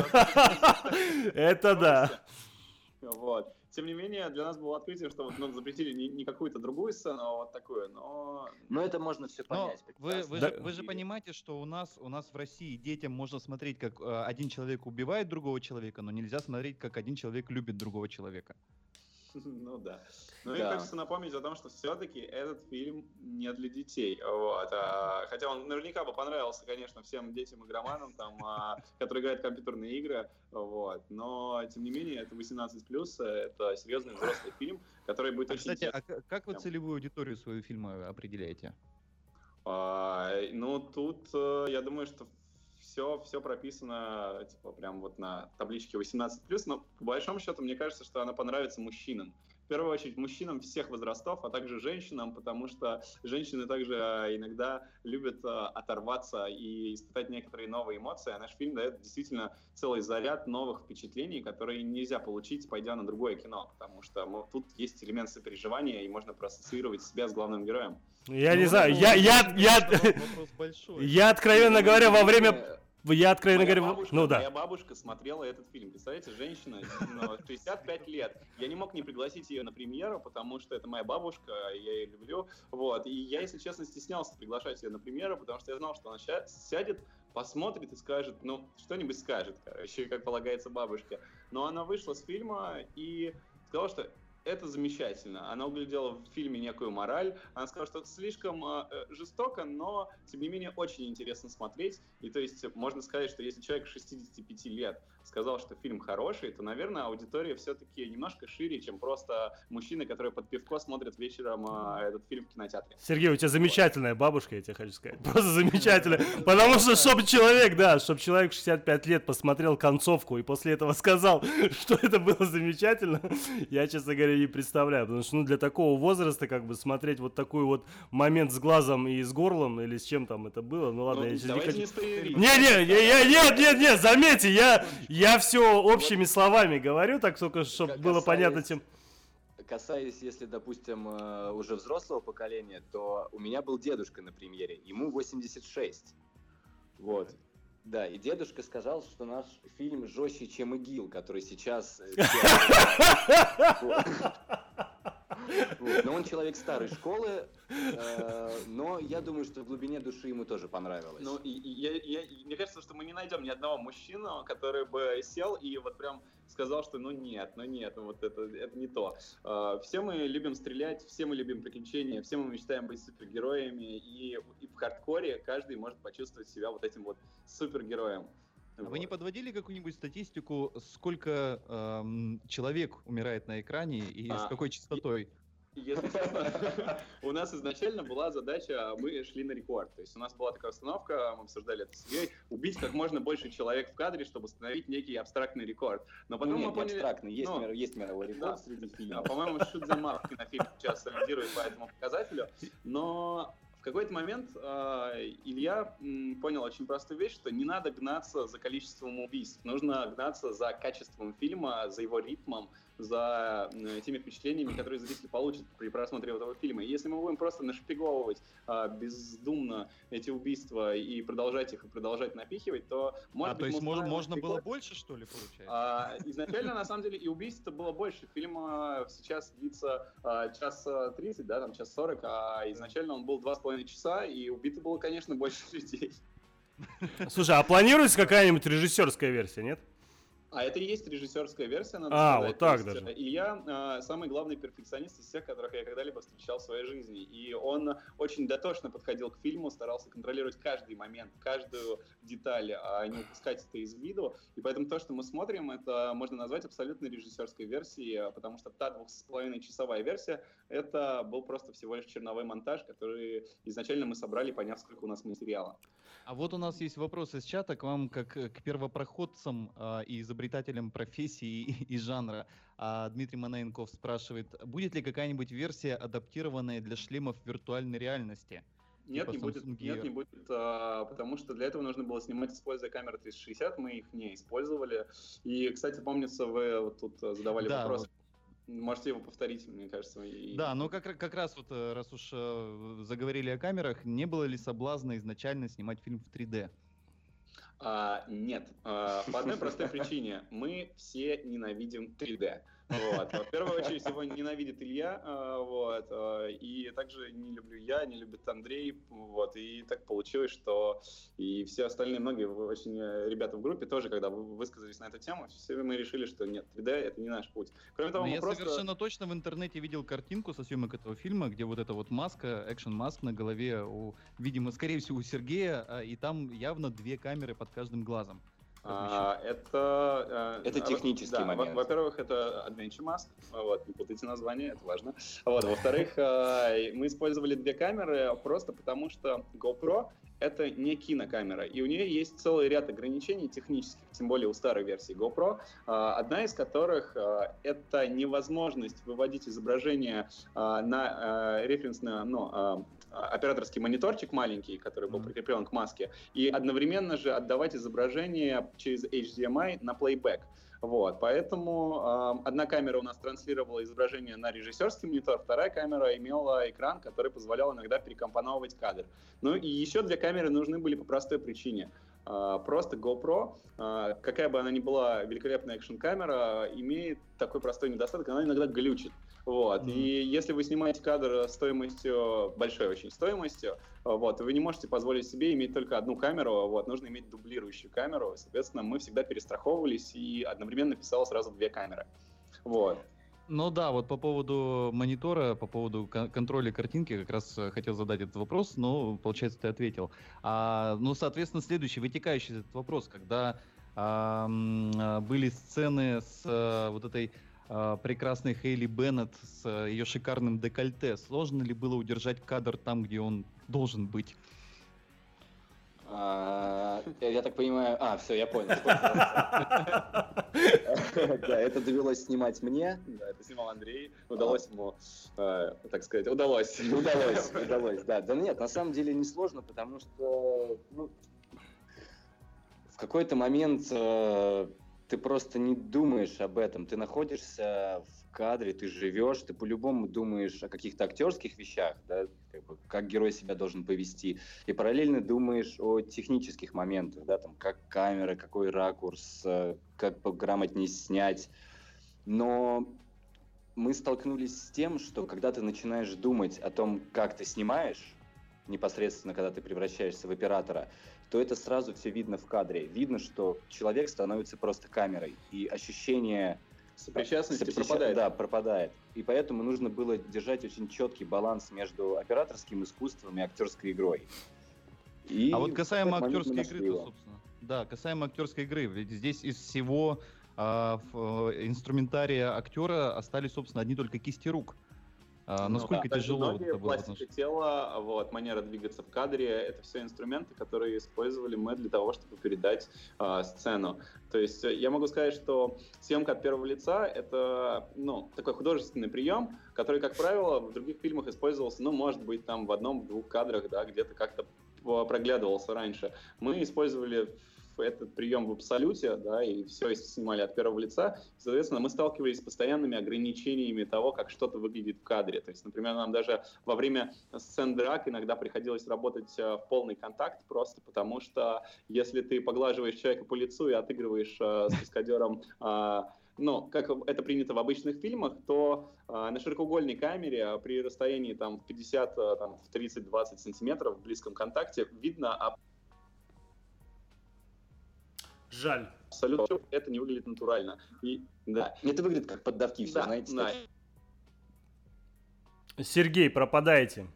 Это да. Вот. Тем не менее, для нас было открытие, что вот, ну, запретили не, не какую-то другую сцену, а вот такую, но... Но это можно все понять. Вы, вы, да. же, вы же понимаете, что у нас, у нас в России детям можно смотреть, как э, один человек убивает другого человека, но нельзя смотреть, как один человек любит другого человека. Ну да. Но мне хочется напомнить о том, что все-таки этот фильм не для детей. Вот. А, хотя он наверняка бы понравился, конечно, всем детям-игроманам, там, а, которые играют в компьютерные игры. Вот. Но, тем не менее, это восемнадцать плюс, это серьезный взрослый фильм, который будет а, очень... Кстати, а как вы целевую аудиторию своего фильма определяете? А, ну, тут я думаю, что все, все прописано, типа, прям вот на табличке восемнадцать плюс, но по большому счету мне кажется, что она понравится мужчинам. В первую очередь мужчинам всех возрастов, а также женщинам, потому что женщины также иногда любят оторваться и испытать некоторые новые эмоции, а наш фильм дает действительно целый заряд новых впечатлений, которые нельзя получить, пойдя на другое кино, потому что мы, тут есть элемент сопереживания, и можно проассоциировать себя с главным героем. Я ну, не знаю, я, я, я, я, откровенно говоря, во время... Я откровенно моя говорю, бабушка, ну да. Моя бабушка смотрела этот фильм. Представляете, женщина, ну, шестьдесят пять лет. Я не мог не пригласить ее на премьеру, потому что это моя бабушка, я ее люблю. Вот. И я, если честно, стеснялся приглашать ее на премьеру, потому что я знал, что она сядет, посмотрит и скажет, ну, что-нибудь скажет, короче, как полагается бабушке. Но она вышла с фильма, и сказала, что это замечательно. Она углядела в фильме некую мораль. Она сказала, что это слишком э, жестоко, но, тем не менее, очень интересно смотреть. И то есть можно сказать, что если человек шестидесяти пяти лет сказал, что фильм хороший, то, наверное, аудитория все-таки немножко шире, чем просто мужчины, которые под пивко смотрят вечером э, этот фильм в кинотеатре. Сергей, у тебя замечательная бабушка, я тебе хочу сказать. Просто замечательная. Потому что, чтобы человек, да, чтобы человек в шестьдесят пять лет посмотрел концовку и после этого сказал, что это было замечательно, я, честно говоря, не представляю. Потому что, ну, для такого возраста, как бы, смотреть вот такой вот момент с глазом и с горлом, или с чем там это было, ну ладно, Ну, я сейчас не давайте хочу... не спойлерить. Не-не, я, я, нет, нет, нет, заметьте, я, я все общими словами говорю, так только, чтобы К- было касаясь- понятно тем... Касаясь, если, допустим, э, уже взрослого поколения, то у меня был дедушка на премьере, ему восемьдесят шесть. Вот. Да, и дедушка сказал, что наш фильм жестче, чем ИГИЛ, который сейчас... э, все- Вот. Вот. Но он человек старой школы, э, но я думаю, что в глубине души ему тоже понравилось. Ну, и, и я, я- и мне кажется, что мы не найдем ни одного мужчину, который бы сел и вот прям сказал, что ну нет, ну нет, ну вот это, это не то. А, все мы любим стрелять, все мы любим приключения, все мы мечтаем быть супергероями, и, и в хардкоре каждый может почувствовать себя вот этим вот супергероем. А Вот. вы не подводили какую-нибудь статистику, сколько эм, человек умирает на экране и А, с какой частотой? Если честно, у нас изначально была задача, мы шли на рекорд. То есть у нас была такая установка, мы обсуждали это с Сергеем, убить как можно больше человек в кадре, чтобы установить некий абстрактный рекорд. Но Ну, потом нет, мы не поняли... абстрактный, есть, ну, мир- есть мировой рекорд да. среди Да, фильмов. по-моему, Shoot them up кинофильм сейчас солидирует по этому показателю. Но в какой-то момент э, Илья м, понял очень простую вещь, что не надо гнаться за количеством убийств. Нужно гнаться за качеством фильма, за его ритмом, за э, теми впечатлениями, которые зритель получит при просмотре этого фильма. И если мы будем просто нашпиговывать э, бездумно эти убийства и продолжать их, и продолжать напихивать, то, может А, быть, то есть мы мож- установим можно было рекорд. больше, что ли, получается? А, изначально, на самом деле, и убийств было больше. Фильм а, сейчас длится а, час тридцать, да, там час сорок, а изначально он был два с половиной часа, и убито было, конечно, больше людей. Слушай, а планируется какая-нибудь режиссерская версия, нет? А это и есть режиссерская версия, надо А, сказать. вот так То есть, даже. Илья а, самый главный перфекционист из всех, которых я когда-либо встречал в своей жизни. И он очень дотошно подходил к фильму, старался контролировать каждый момент, каждую деталь, а не упускать это из виду. И поэтому то, что мы смотрим, это можно назвать абсолютно режиссерской версией, потому что та двух с половиной часовая версия, это был просто всего лишь черновой монтаж, который изначально мы собрали, поняв, сколько у нас материала. А вот у нас есть вопрос из чата к вам, как э, к первопроходцам э, и изобретателям профессии и, и жанра. А Дмитрий Манаенков спрашивает, будет ли какая-нибудь версия, адаптированная для шлемов виртуальной реальности? Нет, Типа не будет, Samsung нет, Gear. не будет, а, потому что для этого нужно было снимать, используя камеры триста шестьдесят, мы их не использовали. И, кстати, помнится, вы вот тут задавали Да, вопрос. вот. Можете его повторить, мне кажется. и- Да, но как, ра- как раз вот, э, раз уж э, заговорили о камерах, не было ли соблазна изначально снимать фильм в три дэ? А, нет, а, по одной простой причине. Мы все ненавидим три дэ. Вот. В первую очередь его ненавидит Илья, а, вот, а, и также не люблю я, не любит Андрей, вот, и так получилось, что и все остальные, многие очень э, ребята в группе тоже, когда вы- высказались на эту тему, все мы решили, что нет, три дэ это не наш путь. Кроме того, Но мы я просто... совершенно точно в интернете видел картинку со съемок этого фильма, где вот эта вот маска, экшен-маск на голове, у, видимо, скорее всего, у Сергея, а, и там явно две камеры под каждым глазом. А, это... э, Это а, технический да, во- момент. Во-первых, это Adventure Mask, вот, не путайте название, это важно. Вот, во-вторых, э, мы использовали две камеры просто потому, что GoPro — это не кинокамера, и у нее есть целый ряд ограничений технических, тем более у старой версии GoPro, э, одна из которых э, — это невозможность выводить изображение э, на э, референсный, ну, э, операторский мониторчик маленький, который был Мгм. прикреплен к маске, и одновременно же отдавать изображение через эйч ди эм ай на плейбэк. Вот, поэтому э, одна камера у нас транслировала изображение на режиссерский монитор, вторая камера имела экран, который позволял иногда перекомпоновывать кадр. Ну и еще две камеры нужны были по простой причине. Э, просто GoPro, э, какая бы она ни была великолепная экшн-камера, имеет такой простой недостаток, она иногда глючит. Вот. Мгм. И если вы снимаете кадр стоимостью, большой очень стоимостью, вот, вы не можете позволить себе иметь только одну камеру, вот, нужно иметь дублирующую камеру, соответственно, мы всегда перестраховывались и одновременно писал сразу две камеры. Вот. Ну да, вот по поводу монитора, по поводу кон- контроля картинки, как раз э, хотел задать этот вопрос, но, получается, ты ответил. А, ну, соответственно, следующий, вытекающий из этого вопрос, когда а, м, а, были сцены с а, вот этой а, прекрасной Хейли Беннет с а, ее шикарным декольте, сложно ли было удержать кадр там, где он должен быть? А, Я я так понимаю... А, все, я понял. Да, это довелось снимать мне. Да, это снимал Андрей. Удалось ему, э, так сказать, удалось. Удалось, удалось, да. Да нет, на самом деле не сложно, потому что ну, в какой-то момент э, ты просто не думаешь об этом. Ты находишься в кадре, ты живешь, ты по-любому думаешь о каких-то актерских вещах, да, как бы, как герой себя должен повести. И параллельно думаешь о технических моментах, да, там, как камера, какой ракурс, э, как пограмотнее снять. Но мы столкнулись с тем, что когда ты начинаешь думать о том, как ты снимаешь, непосредственно, когда ты превращаешься в оператора, то это сразу все видно в кадре. Видно, что человек становится просто камерой, и ощущение Сопричастности соприча- пропадает. Да, пропадает. И поэтому нужно было держать очень четкий баланс между операторским искусством и актерской игрой. И А вот в касаемо какой-то момент мы актерской нашли игры, его. собственно. Да, касаемо актерской игры, ведь здесь из всего а, в, э, инструментария актера остались, собственно, одни только кисти рук. А, Ну, насколько да, тяжело ноги, это было в пластика отношении? тела, вот, манера двигаться в кадре — это все инструменты, которые использовали мы для того, чтобы передать э, сцену. То есть э, я могу сказать, что съемка от первого лица — это, ну, такой художественный прием, который, как правило, в других фильмах использовался, ну, может быть, там в одном-двух кадрах, да, где-то как-то проглядывался раньше. Мы использовали этот прием в абсолюте, да, и все снимали от первого лица. Соответственно, мы сталкивались с постоянными ограничениями того, как что-то выглядит в кадре. То есть, например, нам даже во время сцен драк иногда приходилось работать в полный контакт, просто потому что если ты поглаживаешь человека по лицу и отыгрываешь э, с каскадером э, ну, как это принято в обычных фильмах, то э, на широкоугольной камере при расстоянии там, в пятьдесят, там, в тридцать-двадцать сантиметров в близком контакте видно Жаль. абсолютно, это не выглядит натурально. И, да. Это выглядит как поддавки все, Да, знаете. да. так. Сергей, пропадаете.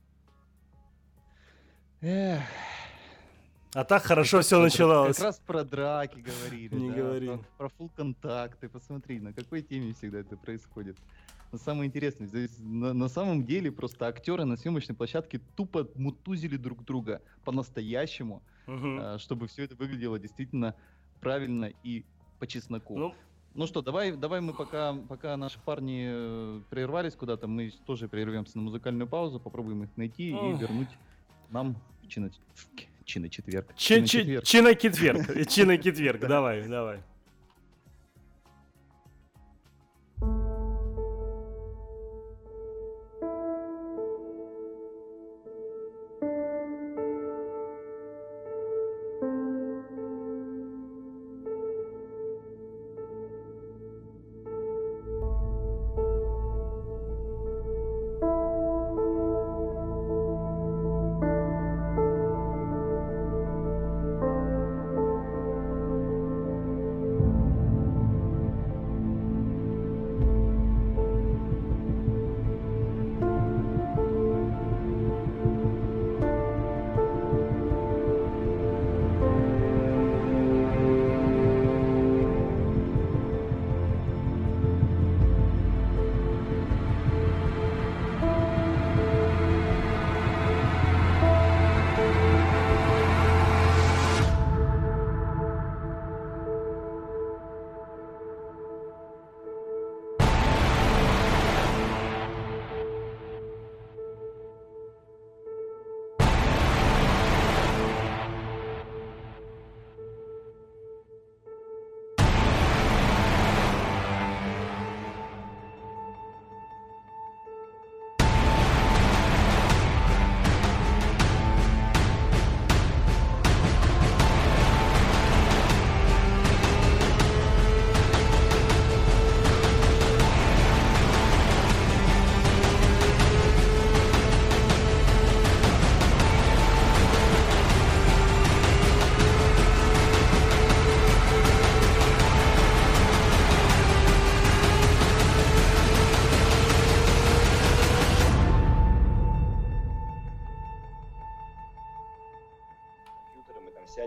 Эх, А так хорошо все как раз- начиналось. Как раз про драки говорили. Не да, говори. Про, про фулл контакты. Посмотри, на какой теме всегда это происходит. Но самое интересное, здесь на, на самом деле просто актеры на съемочной площадке тупо мутузили друг друга по-настоящему, Мгм. а, чтобы все это выглядело действительно правильно и по чесноку. Ну, Ну что, давай, давай мы пока, пока наши парни э, прервались куда-то, мы тоже прервемся на музыкальную паузу, попробуем их найти и Ох. вернуть нам в чино... в чино-четверг. чи- чи- Чино-четверг. Чинокетверг. Чинокетверг. Давай, давай.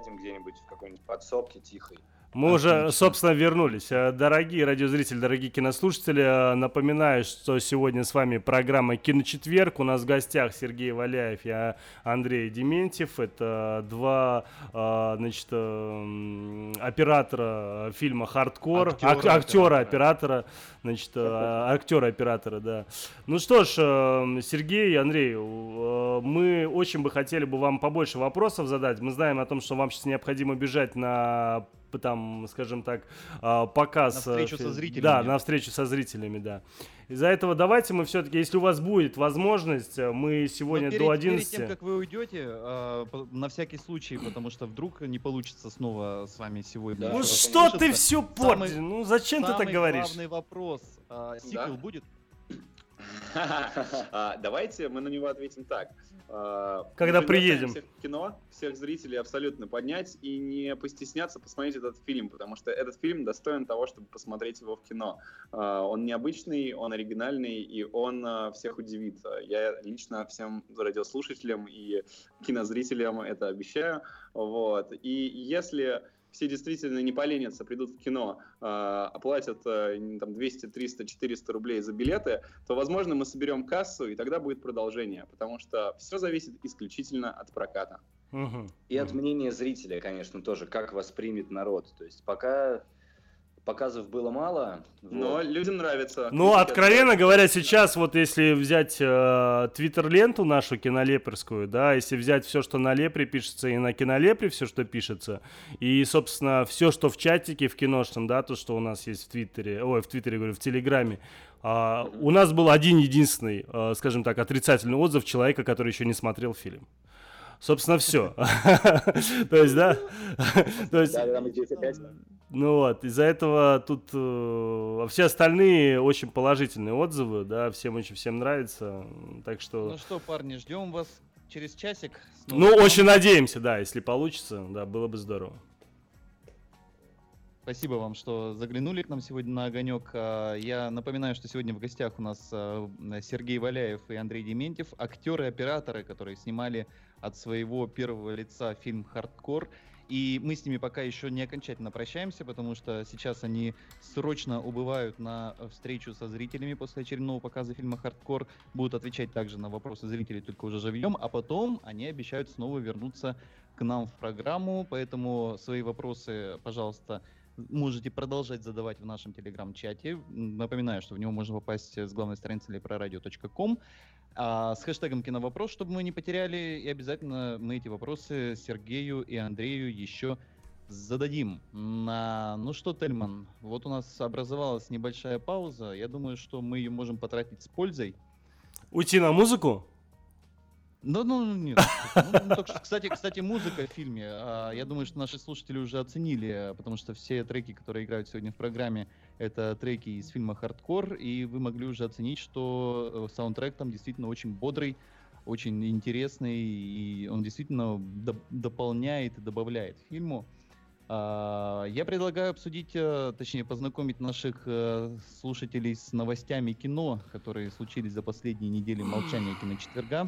сядем где-нибудь в какой-нибудь подсобке тихой. Мы уже, собственно, вернулись. Дорогие радиозрители, дорогие кинослушатели, напоминаю, что сегодня с вами программа «Киночетверг». У нас в гостях Сергей Валяев и Андрей Дементьев. Это два, значит, оператора фильма «Хардкор». Актера, актера оператора. Значит, актера оператора, да. Ну что ж, Сергей и Андрей, мы очень бы хотели бы вам побольше вопросов задать. Мы знаем о том, что вам сейчас необходимо бежать на... там, скажем так, показ. На встречу со зрителями. Да, на встречу со зрителями, да. Из-за этого давайте мы все-таки, если у вас будет возможность, мы сегодня перед, до одиннадцати... Перед тем, как вы уйдете, э, на всякий случай, потому что вдруг не получится снова с вами сегодня... Ну что ты все портишь? Ну зачем ты так говоришь? Самый главный вопрос. Э, сиквел да? будет? Давайте мы на него ответим так. Когда приедем. Всех кино, всех зрителей абсолютно поднять и не постесняться посмотреть этот фильм, потому что этот фильм достоин того, чтобы посмотреть его в кино. Он необычный, он оригинальный, и он всех удивит. Я лично всем радиослушателям и кинозрителям это обещаю. Вот. И если... все действительно не поленятся, придут в кино, э, оплатят э, там, двести, триста, четыреста рублей за билеты, то, возможно, мы соберем кассу, и тогда будет продолжение, потому что все зависит исключительно от проката. Угу. И от мнения зрителя, конечно, тоже, как воспримет народ. То есть пока показов было мало. Но вот. Людям нравится. Ну, Люди откровенно хотят... говоря, сейчас вот если взять э, твиттер-ленту нашу кинолеперскую, да, если взять все, что на Лепре пишется, и на Кинолепре все, что пишется, и, собственно, все, что в чатике, в киношном, да, то, что у нас есть в Твиттере, ой, в Твиттере, говорю, в Телеграме, э, у нас был один единственный, э, скажем так, отрицательный отзыв человека, который еще не смотрел фильм. Собственно, все. То есть, да? То есть... Ну вот, из-за этого тут э, все остальные очень положительные отзывы, да, всем очень всем нравится, так что... Ну что, парни, ждем вас через часик. Ну, очень надеемся, да, если получится, да, было бы здорово. Спасибо вам, что заглянули к нам сегодня на огонек. Я напоминаю, что сегодня в гостях у нас Сергей Валяев и Андрей Дементьев, актеры и операторы, которые снимали от своего первого лица фильм «Хардкор». И мы с ними пока еще не окончательно прощаемся, потому что сейчас они срочно убывают на встречу со зрителями после очередного показа фильма «Хардкор». Будут отвечать также на вопросы зрителей, только уже живьем. А потом они обещают снова вернуться к нам в программу. Поэтому свои вопросы, пожалуйста, можете продолжать задавать в нашем телеграм-чате. Напоминаю, что в него можно попасть с главной страницы лепрорадио точка ком. А, с хэштегом «Киновопрос», чтобы мы не потеряли, и обязательно мы эти вопросы Сергею и Андрею еще зададим. На... Ну что, Тельман, вот у нас образовалась небольшая пауза. Я думаю, что мы ее можем потратить с пользой. Уйти на музыку? Ну, ну, нет. Ну, ну, так что, кстати, кстати, музыка в фильме, а, я думаю, что наши слушатели уже оценили, потому что все треки, которые играют сегодня в программе, это треки из фильма «Хардкор», и вы могли уже оценить, что саундтрек там действительно очень бодрый, очень интересный, и он действительно доп- дополняет и добавляет фильму. А, я предлагаю обсудить, точнее, познакомить наших слушателей с новостями кино, которые случились за последние недели молчания киночетверга.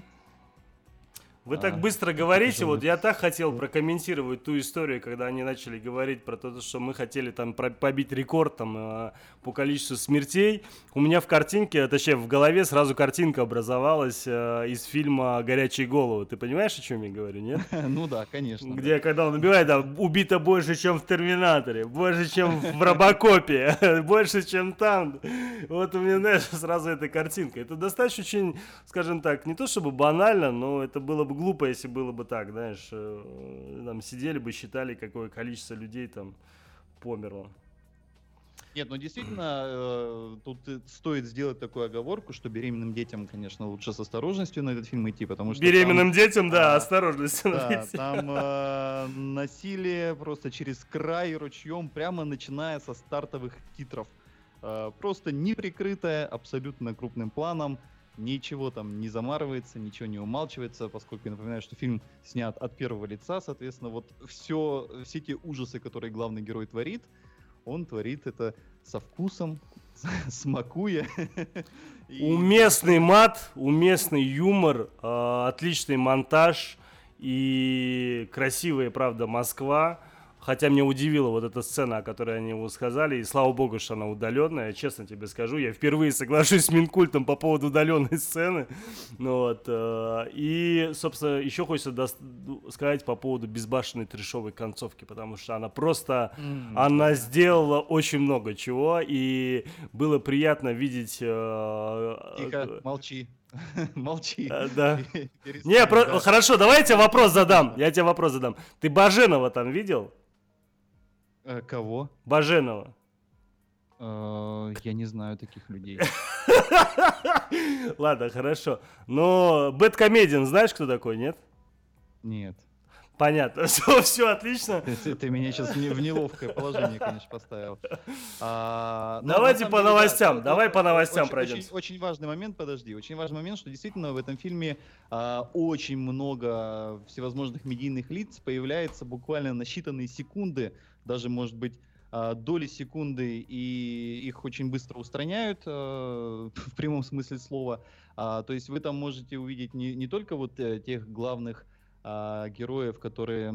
Вы так быстро говорите, вот я так хотел прокомментировать ту историю, когда они начали говорить про то, что мы хотели там побить рекорд там по количеству смертей. У меня в картинке, точнее в голове сразу картинка образовалась из фильма «Горячие головы». Ты понимаешь, о чем я говорю, нет? Ну да, конечно. Где, когда он убивает, да, убито больше, чем в «Терминаторе», больше, чем в «Робокопе», больше, чем там. Вот у меня, знаешь, сразу эта картинка. Это достаточно очень, скажем так, не то чтобы банально, но это было бы глупо, если было бы так, знаешь, там сидели бы, считали, какое количество людей там померло. Нет, ну действительно, э, тут стоит сделать такую оговорку, что беременным детям, конечно, лучше с осторожностью на этот фильм идти, потому что... Беременным там, детям, да, а, осторожностью. Да, там э, насилие просто через край ручьем, прямо начиная со стартовых титров. Э, просто неприкрытое, абсолютно крупным планом. Ничего там не замарывается, ничего не умалчивается, поскольку я напоминаю, что фильм снят от первого лица, соответственно, вот все, все те ужасы, которые главный герой творит, он творит это со вкусом, смакуя. Уместный мат, уместный юмор, отличный монтаж и красивая, правда, Москва. Хотя меня удивила вот эта сцена, о которой они его сказали, и слава богу, что она удаленная, честно тебе скажу, я впервые соглашусь с Минкультом по поводу удаленной сцены, ну вот, э, и, собственно, еще хочется до- сказать по поводу безбашенной трешовой концовки, потому что она просто, mm-hmm. она сделала очень много чего, и было приятно видеть... Э, Тихо, молчи. Молчи. А, да. Не, про... да. Хорошо, давай я тебе вопрос задам. Я тебе вопрос задам. Ты Баженова там видел? Э, кого? Баженова. Э, я не знаю таких людей. Ладно, хорошо. Но Бэдкомедиан знаешь, кто такой, нет? Нет. Понятно, все, все отлично. Ты, ты меня сейчас в неловкое положение, конечно, поставил. А, Давайте по деле, новостям, да, давай по новостям очень, пройдемся. Очень, очень важный момент, подожди, очень важный момент, что действительно в этом фильме а, очень много всевозможных медийных лиц появляется буквально на считанные секунды, даже, может быть, а, доли секунды, и их очень быстро устраняют, а, в прямом смысле слова. А, то есть вы там можете увидеть не, не только вот э, тех главных А, героев, которые,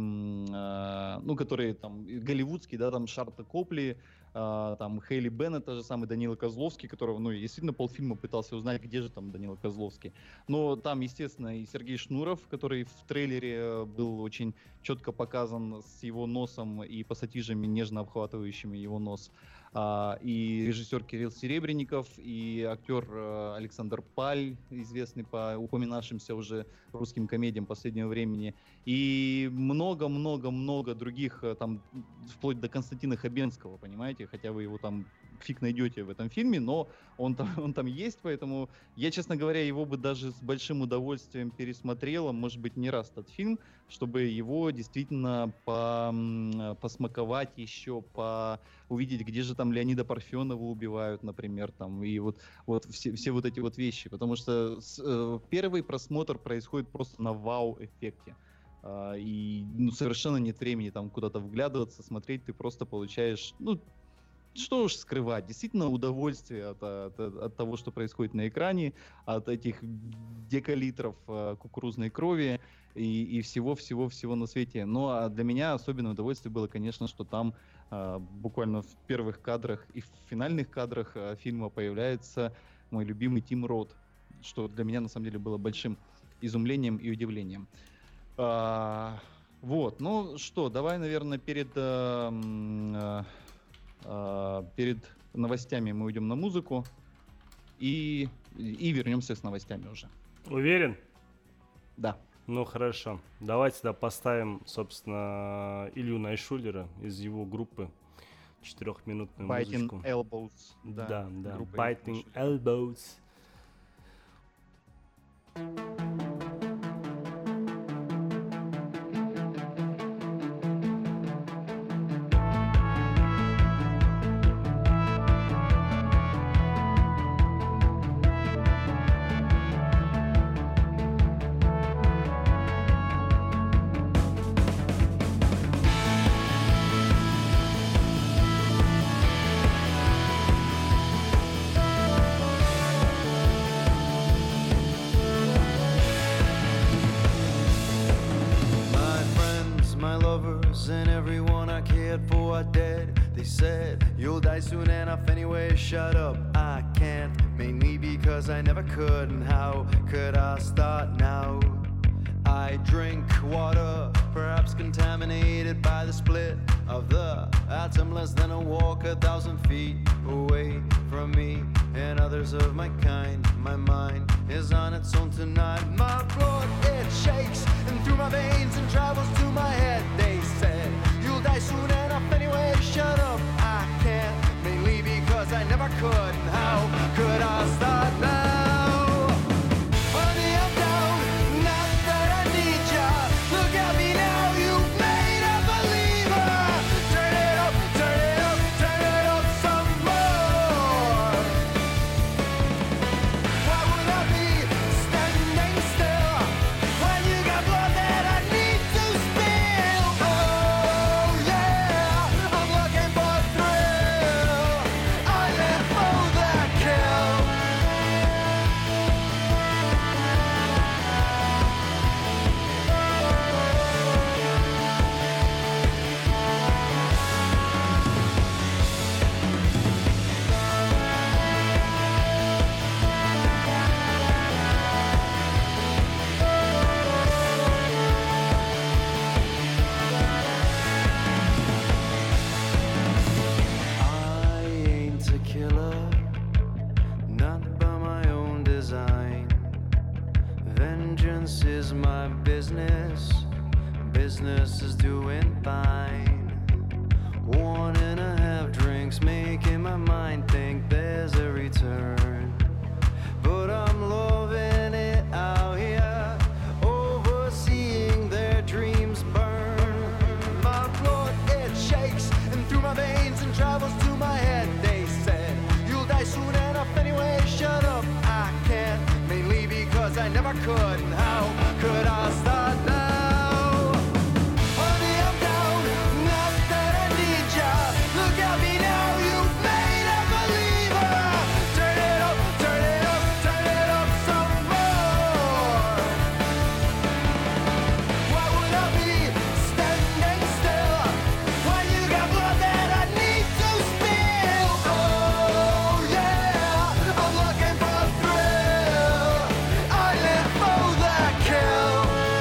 а, ну, которые там голливудские, да, там Шарта Копли, а, там Хейли Беннет, тот же самый Данила Козловский, которого, ну, действительно полфильма пытался узнать, где же там Данила Козловский. Но там, естественно, и Сергей Шнуров, который в трейлере был очень четко показан с его носом и пассатижами, нежно обхватывающими его нос. А, и режиссер Кирилл Серебренников, и актер а, Александр Паль, известный по упоминавшимся уже русским комедиям последнего времени, и много-много-много других, там, вплоть до Константина Хабенского, понимаете, хотя вы его там фиг найдете в этом фильме, но он там, он там есть, поэтому я, честно говоря, его бы даже с большим удовольствием пересмотрел, может быть, не раз этот фильм, чтобы его действительно по, посмаковать еще, по увидеть, где же там Леонида Парфенова убивают, например, там, и вот, вот все, все вот эти вот вещи, потому что с, э, первый просмотр происходит просто на вау-эффекте. Uh, и ну, совершенно нет времени там куда-то вглядываться, смотреть, ты просто получаешь, ну, что уж скрывать, действительно удовольствие от, от, от того, что происходит на экране, от этих декалитров uh, кукурузной крови и, и всего-всего-всего на свете. Ну, а для меня особенное удовольствие было, конечно, что там uh, буквально в первых кадрах и в финальных кадрах uh, фильма появляется мой любимый Тим Рот, что для меня, на самом деле, было большим изумлением и удивлением. А, вот, ну что, давай, наверное, перед, а, а, перед новостями мы уйдем на музыку и, и вернемся с новостями уже. Уверен? Да. Ну хорошо, давайте тогда поставим, собственно, Илью Найшулера из его группы четырехминутную музычку. Biting Elbows. Да, да, да. Biting Elbows. Shut up, I can't, mainly because I never could, and how could I start now? I drink water, perhaps contaminated by the split of the atom, less than a walk a thousand feet away from me and others of my kind. My mind is on its own tonight. My blood, it shakes and through my veins and travels to my head. They said, you'll die soon enough anyway, shut up, I can't, mainly because I never could, and how could I start now? Honey, I'm down, not that I need ya. Look at me now, you've made a believer. Turn it up, turn it up, turn it up some more. Why would I be standing still? Vengeance is my business. Business is doing fine. One and a half drinks making my mind think there's a return. But I'm loving it out here, overseeing their dreams burn. My blood, it shakes and through my veins and travels to my head. They said, you'll die soon enough anyway, shut up, I can't. Mainly because I never could, and how could I start now? Honey, I'm down, not that I need ya. Look at me now, you've made a believer. Turn it up, turn it up, turn it up some more. Why would I be standing still when you got blood that I need to spill? Oh yeah, I'm looking for thrill. I live for the kill.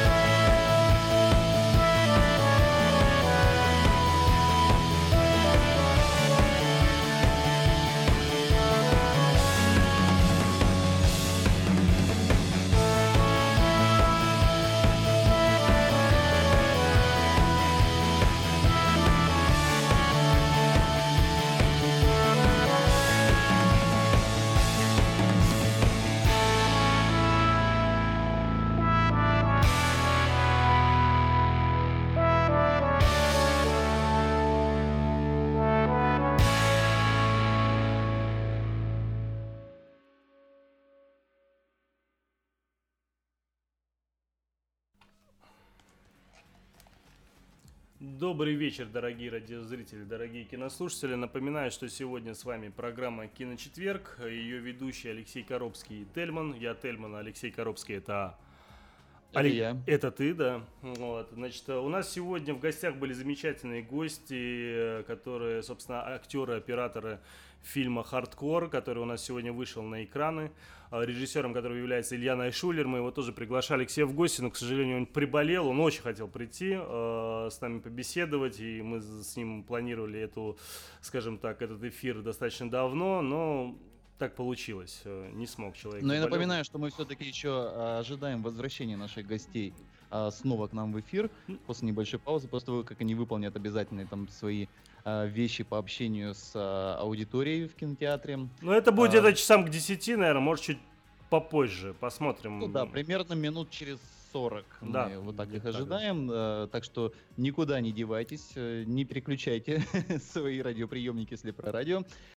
Добрый вечер, дорогие радиозрители, дорогие кинослушатели. Напоминаю, что сегодня с вами программа «Киночетверг». Ее ведущий Алексей Коробский и Тельман. Я Тельман, а Алексей Коробский — это... Это Али- я. Это ты, да. Вот. Значит, у нас сегодня в гостях были замечательные гости, которые, собственно, актеры, операторы фильма «Хардкор», который у нас сегодня вышел на экраны. Режиссером которого является Илья Найшулер. Мы его тоже приглашали к себе в гости, но, к сожалению, он приболел. Он очень хотел прийти, э, с нами побеседовать, и мы с ним планировали эту, скажем так, этот эфир достаточно давно, но так получилось. Э, Не смог человек. Но я заболел. напоминаю, что мы все-таки еще а, ожидаем возвращения наших гостей а, снова к нам в эфир после небольшой паузы, после того, как они выполнят обязательные там свои а, вещи по общению с а, аудиторией в кинотеатре. Ну, это будет А, где-то часам к десяти, наверное, может, чуть попозже. Посмотрим. Ну да, примерно минут через сорок Да, мы вот так их где-то так, ожидаем. э, Так что никуда не девайтесь, э, не переключайте свои радиоприемники, если про радио.